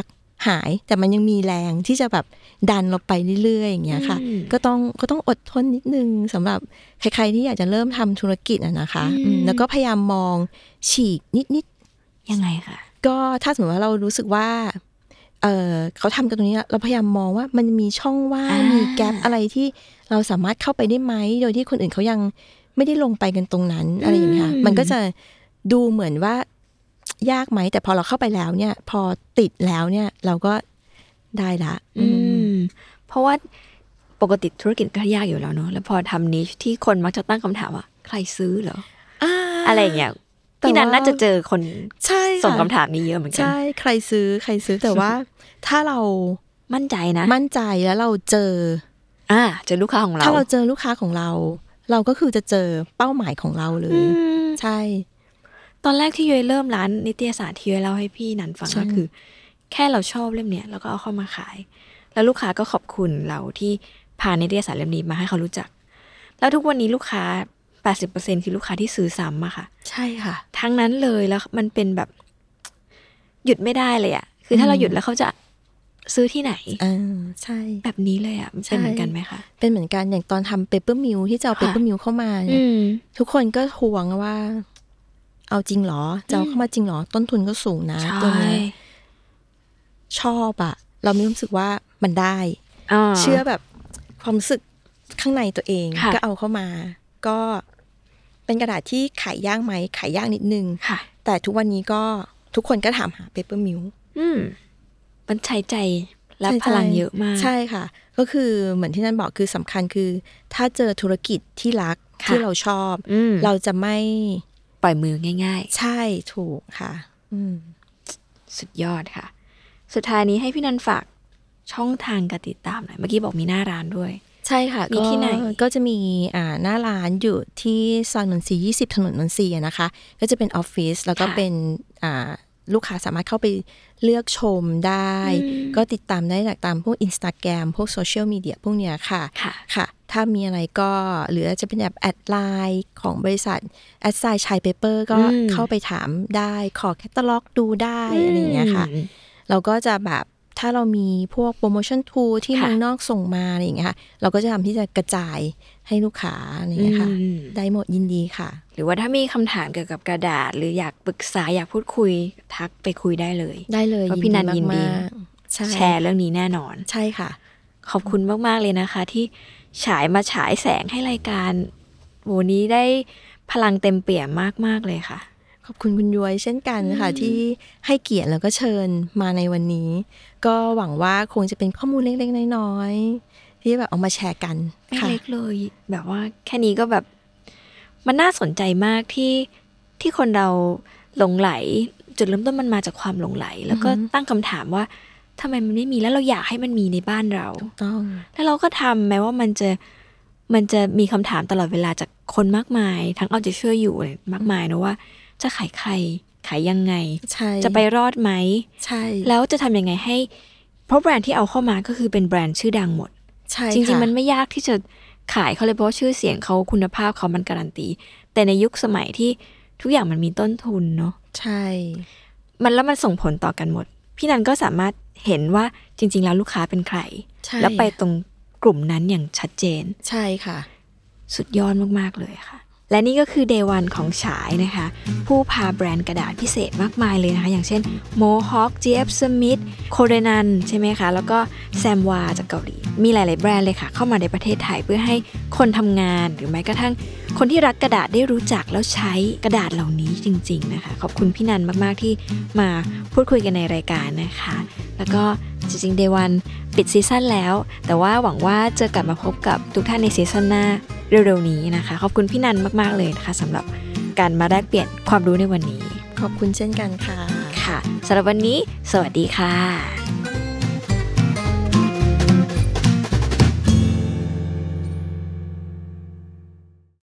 หายแต่มันยังมีแรงที่จะแบบดันเราไปเรื่อยๆอย่างเงี้ยค่ะก็ต้องก็ต้องอดทนนิดนึงสำหรับใครๆที่อยากจะเริ่มทำธุรกิจอะนะคะแล้วก็พยายามมองฉีกนิดๆยังไงคะก็ถ้าสมมติว่าเรารู้สึกว่าเออเขาทำกันตรงนี้เราพยายามมองว่ามันมีช่องว่างมีแกปอะไรที่เราสามารถเข้าไปได้ไหมโดยที่คนอื่นเขายังไม่ได้ลงไปกันตรงนั้นอะไรอย่างเงี้ยมันก็จะดูเหมือนว่ายากไหมแต่พอเราเข้าไปแล้วเนี่ยพอติดแล้วเนี่ยเราก็ได้ละอืมเพราะว่าปกติธุรกิจก็ยากอยู่แล้วเนอะแล้วพอทำนี้ที่คนมักจะตั้งคำถามว่าใครซื้อเหรอ อ, อะไรอย่างเงี้ยพี่นันน่าจะเจอคนส่งคำถามนี้เยอะเหมือนกันใช่ใครซื้อใครซื้อแต่ว่าถ้าเรามั่นใจนะมั่นใจแล้วเราเจออ่าเจอลูกค้าของเราถ้าเราเจอลูกค้าของเราเราก็คือจะเจอเป้าหมายของเราเลยใช่ตอนแรกที่ยุ้ยเริ่มร้านนิตยสารที่ยุ้ยเล่าให้พี่นันฟังก็คือแค่เราชอบเล่มเนี้ยแล้วก็เอาเข้ามาขายแล้วลูกค้าก็ขอบคุณเราที่พานิตยสารเล่มนี้มาให้เขารู้จักแล้วทุกวันนี้ลูกค้า แปดสิบเปอร์เซ็นต์ คือลูกค้าที่ซื้อซ้ำอะค่ะใช่ค่ะทั้งนั้นเลยแล้วมันเป็นแบบหยุดไม่ได้เลยอะคือถ้าเราหยุดแล้วเขาจะซื้อที่ไหนอ่าใช่แบบนี้เลยอะเป็นเหมือนกันไหมคะเป็นเหมือนกันอย่างตอนทำเปเปอร์มิลที่จะเอาเปเปอร์มิลเข้ามาเนี่ยทุกคนก็ทวงว่าเอาจริงเหรอจะเอาเข้ามาจริงเหรอต้นทุนก็สูงนะตัวนี้ชอบอะเรามีความรู้สึกว่ามันได้เชื่อแบบความรู้สึกข้างในตัวเองก็เอาเข้ามาก็เป็นกระดาษที่ขายยากไหมขายยากนิดนึงแต่ทุกวันนี้ก็ทุกคนก็ถามหาเปเปอร์มิลมันใช้ใจและพลังเยอะมากใช่ค่ะก็คือเหมือนที่นั่นบอกคือสำคัญคือถ้าเจอธุรกิจที่รักที่เราชอบเราจะไม่ปล่อยมือง่ายๆใช่ถูกค่ะสุดยอดค่ะสุดท้ายนี้ให้พี่นันฝากช่องทางการติดตามหน่อยเมื่อกี้บอกมีหน้าร้านด้วยใช่ค่ะมีที่ไหนก็จะมีอ่าหน้าร้านอยู่ที่ซอยนนทรียี่สิบถนนนนทรีนะคะก็จะเป็นออฟฟิศแล้วก็เป็นอ่าลูกค้าสามารถเข้าไปเลือกชมได้ก็ติดตามได้จากตามพวก Instagram พวกโซเชียลมีเดียพวกเนี้ยค่ะค่ะถ้ามีอะไรก็หรือจะเป็นแบบแอดไลน์ของบริษัทแอดไซน์ชายเปเปอร์ก็เข้าไปถามได้ขอแคตตาล็อกดูได้อะไรอย่างเงี้ยค่ะเราก็จะแบบถ้าเรามีพวกโปรโมชั่นทูที่เมืองนอกส่งมาอะไรอย่างเงี้ยค่ะเราก็จะทำที่จะกระจายให้ลูกค้าอะไรอย่างเงี้ยค่ะได้หมดยินดีค่ะหรือว่าถ้ามีคำถามเกี่ยวกับกระดาษหรืออยากปรึกษาอยากพูดคุยทักไปคุยได้เลยได้เลยเพราะพี่นันยินดีแชร์เรื่องนี้แน่นอนใช่ค่ะขอบคุณมากๆเลยนะคะที่ฉายมาฉายแสงให้รายการวันนี้ได้พลังเต็มเปี่ยมมากๆเลยค่ะขอบคุณคุณย้อยเช่นกันค่ะที่ให้เกียรติแล้วก็เชิญมาในวันนี้ก็หวังว่าคงจะเป็นข้อมูลเล็กๆน้อยๆที่แบบเอามาแชร์กันไม่เล็กเลยแบบว่าแค่นี้ก็แบบมันน่าสนใจมากที่ที่คนเราหลงไหลจุดเริ่มต้นมันมาจากความหลงไหลแล้วก็ตั้งคำถามว่าทำไมมันไม่มีแล้วเราอยากให้มันมีในบ้านเราต้องแล้วเราก็ทำแม้ว่ามันจะมันจะมีคำถามตลอดเวลาจากคนมากมายทั้งเอาใจช่วยอยู่มากมายนะว่าจะขายใครขายยังไงจะไปรอดไหมใช่แล้วจะทำยังไงให้เพราะแบรนด์ที่เอาเข้ามาก็คือเป็นแบรนด์ชื่อดังหมดจริงๆมันไม่ยากที่จะขายเขาเลยเพราะชื่อเสียงเขาคุณภาพเขามันการันตีแต่ในยุคสมัยที่ทุกอย่างมันมีต้นทุนเนาะใช่มันแล้วมันส่งผลต่อกันหมดพี่นันก็สามารถเห็นว่าจริงๆแล้วลูกค้าเป็นใครแล้วไปตรงกลุ่มนั้นอย่างชัดเจนใช่ค่ะสุดยอดมากๆเลยค่ะและนี่ก็คือ Day วันของฉายนะคะผู้พาแบรนด์กระดาษพิเศษมากมายเลยนะคะอย่างเช่น Mohawk จี เอฟ Smith โคเรนันใช่ไหมคะแล้วก็แซมวาจากเกาหลีมีหลายๆแบรนด์เลยค่ะเข้ามาในประเทศไทยเพื่อให้คนทำงานหรือแม้กระทั่งคนที่รักกระดาษได้รู้จักแล้วใช้กระดาษเหล่านี้จริงๆนะคะขอบคุณพี่นันมากๆที่มาพูดคุยกันในรายการนะคะแล้วก็จริงๆ Day วันปิดซีซั่นแล้วแต่ว่าหวังว่าจะกลับมาพบกับทุกท่านในซีซั่นหน้าเร็วๆนี้นะคะขอบคุณพี่นันมากๆเลยนะคะสำหรับการมาแลกเปลี่ยนความรู้ในวันนี้ขอบคุณเช่นกันค่ะค่ะสำหรับวันนี้สวัสดีค่ะ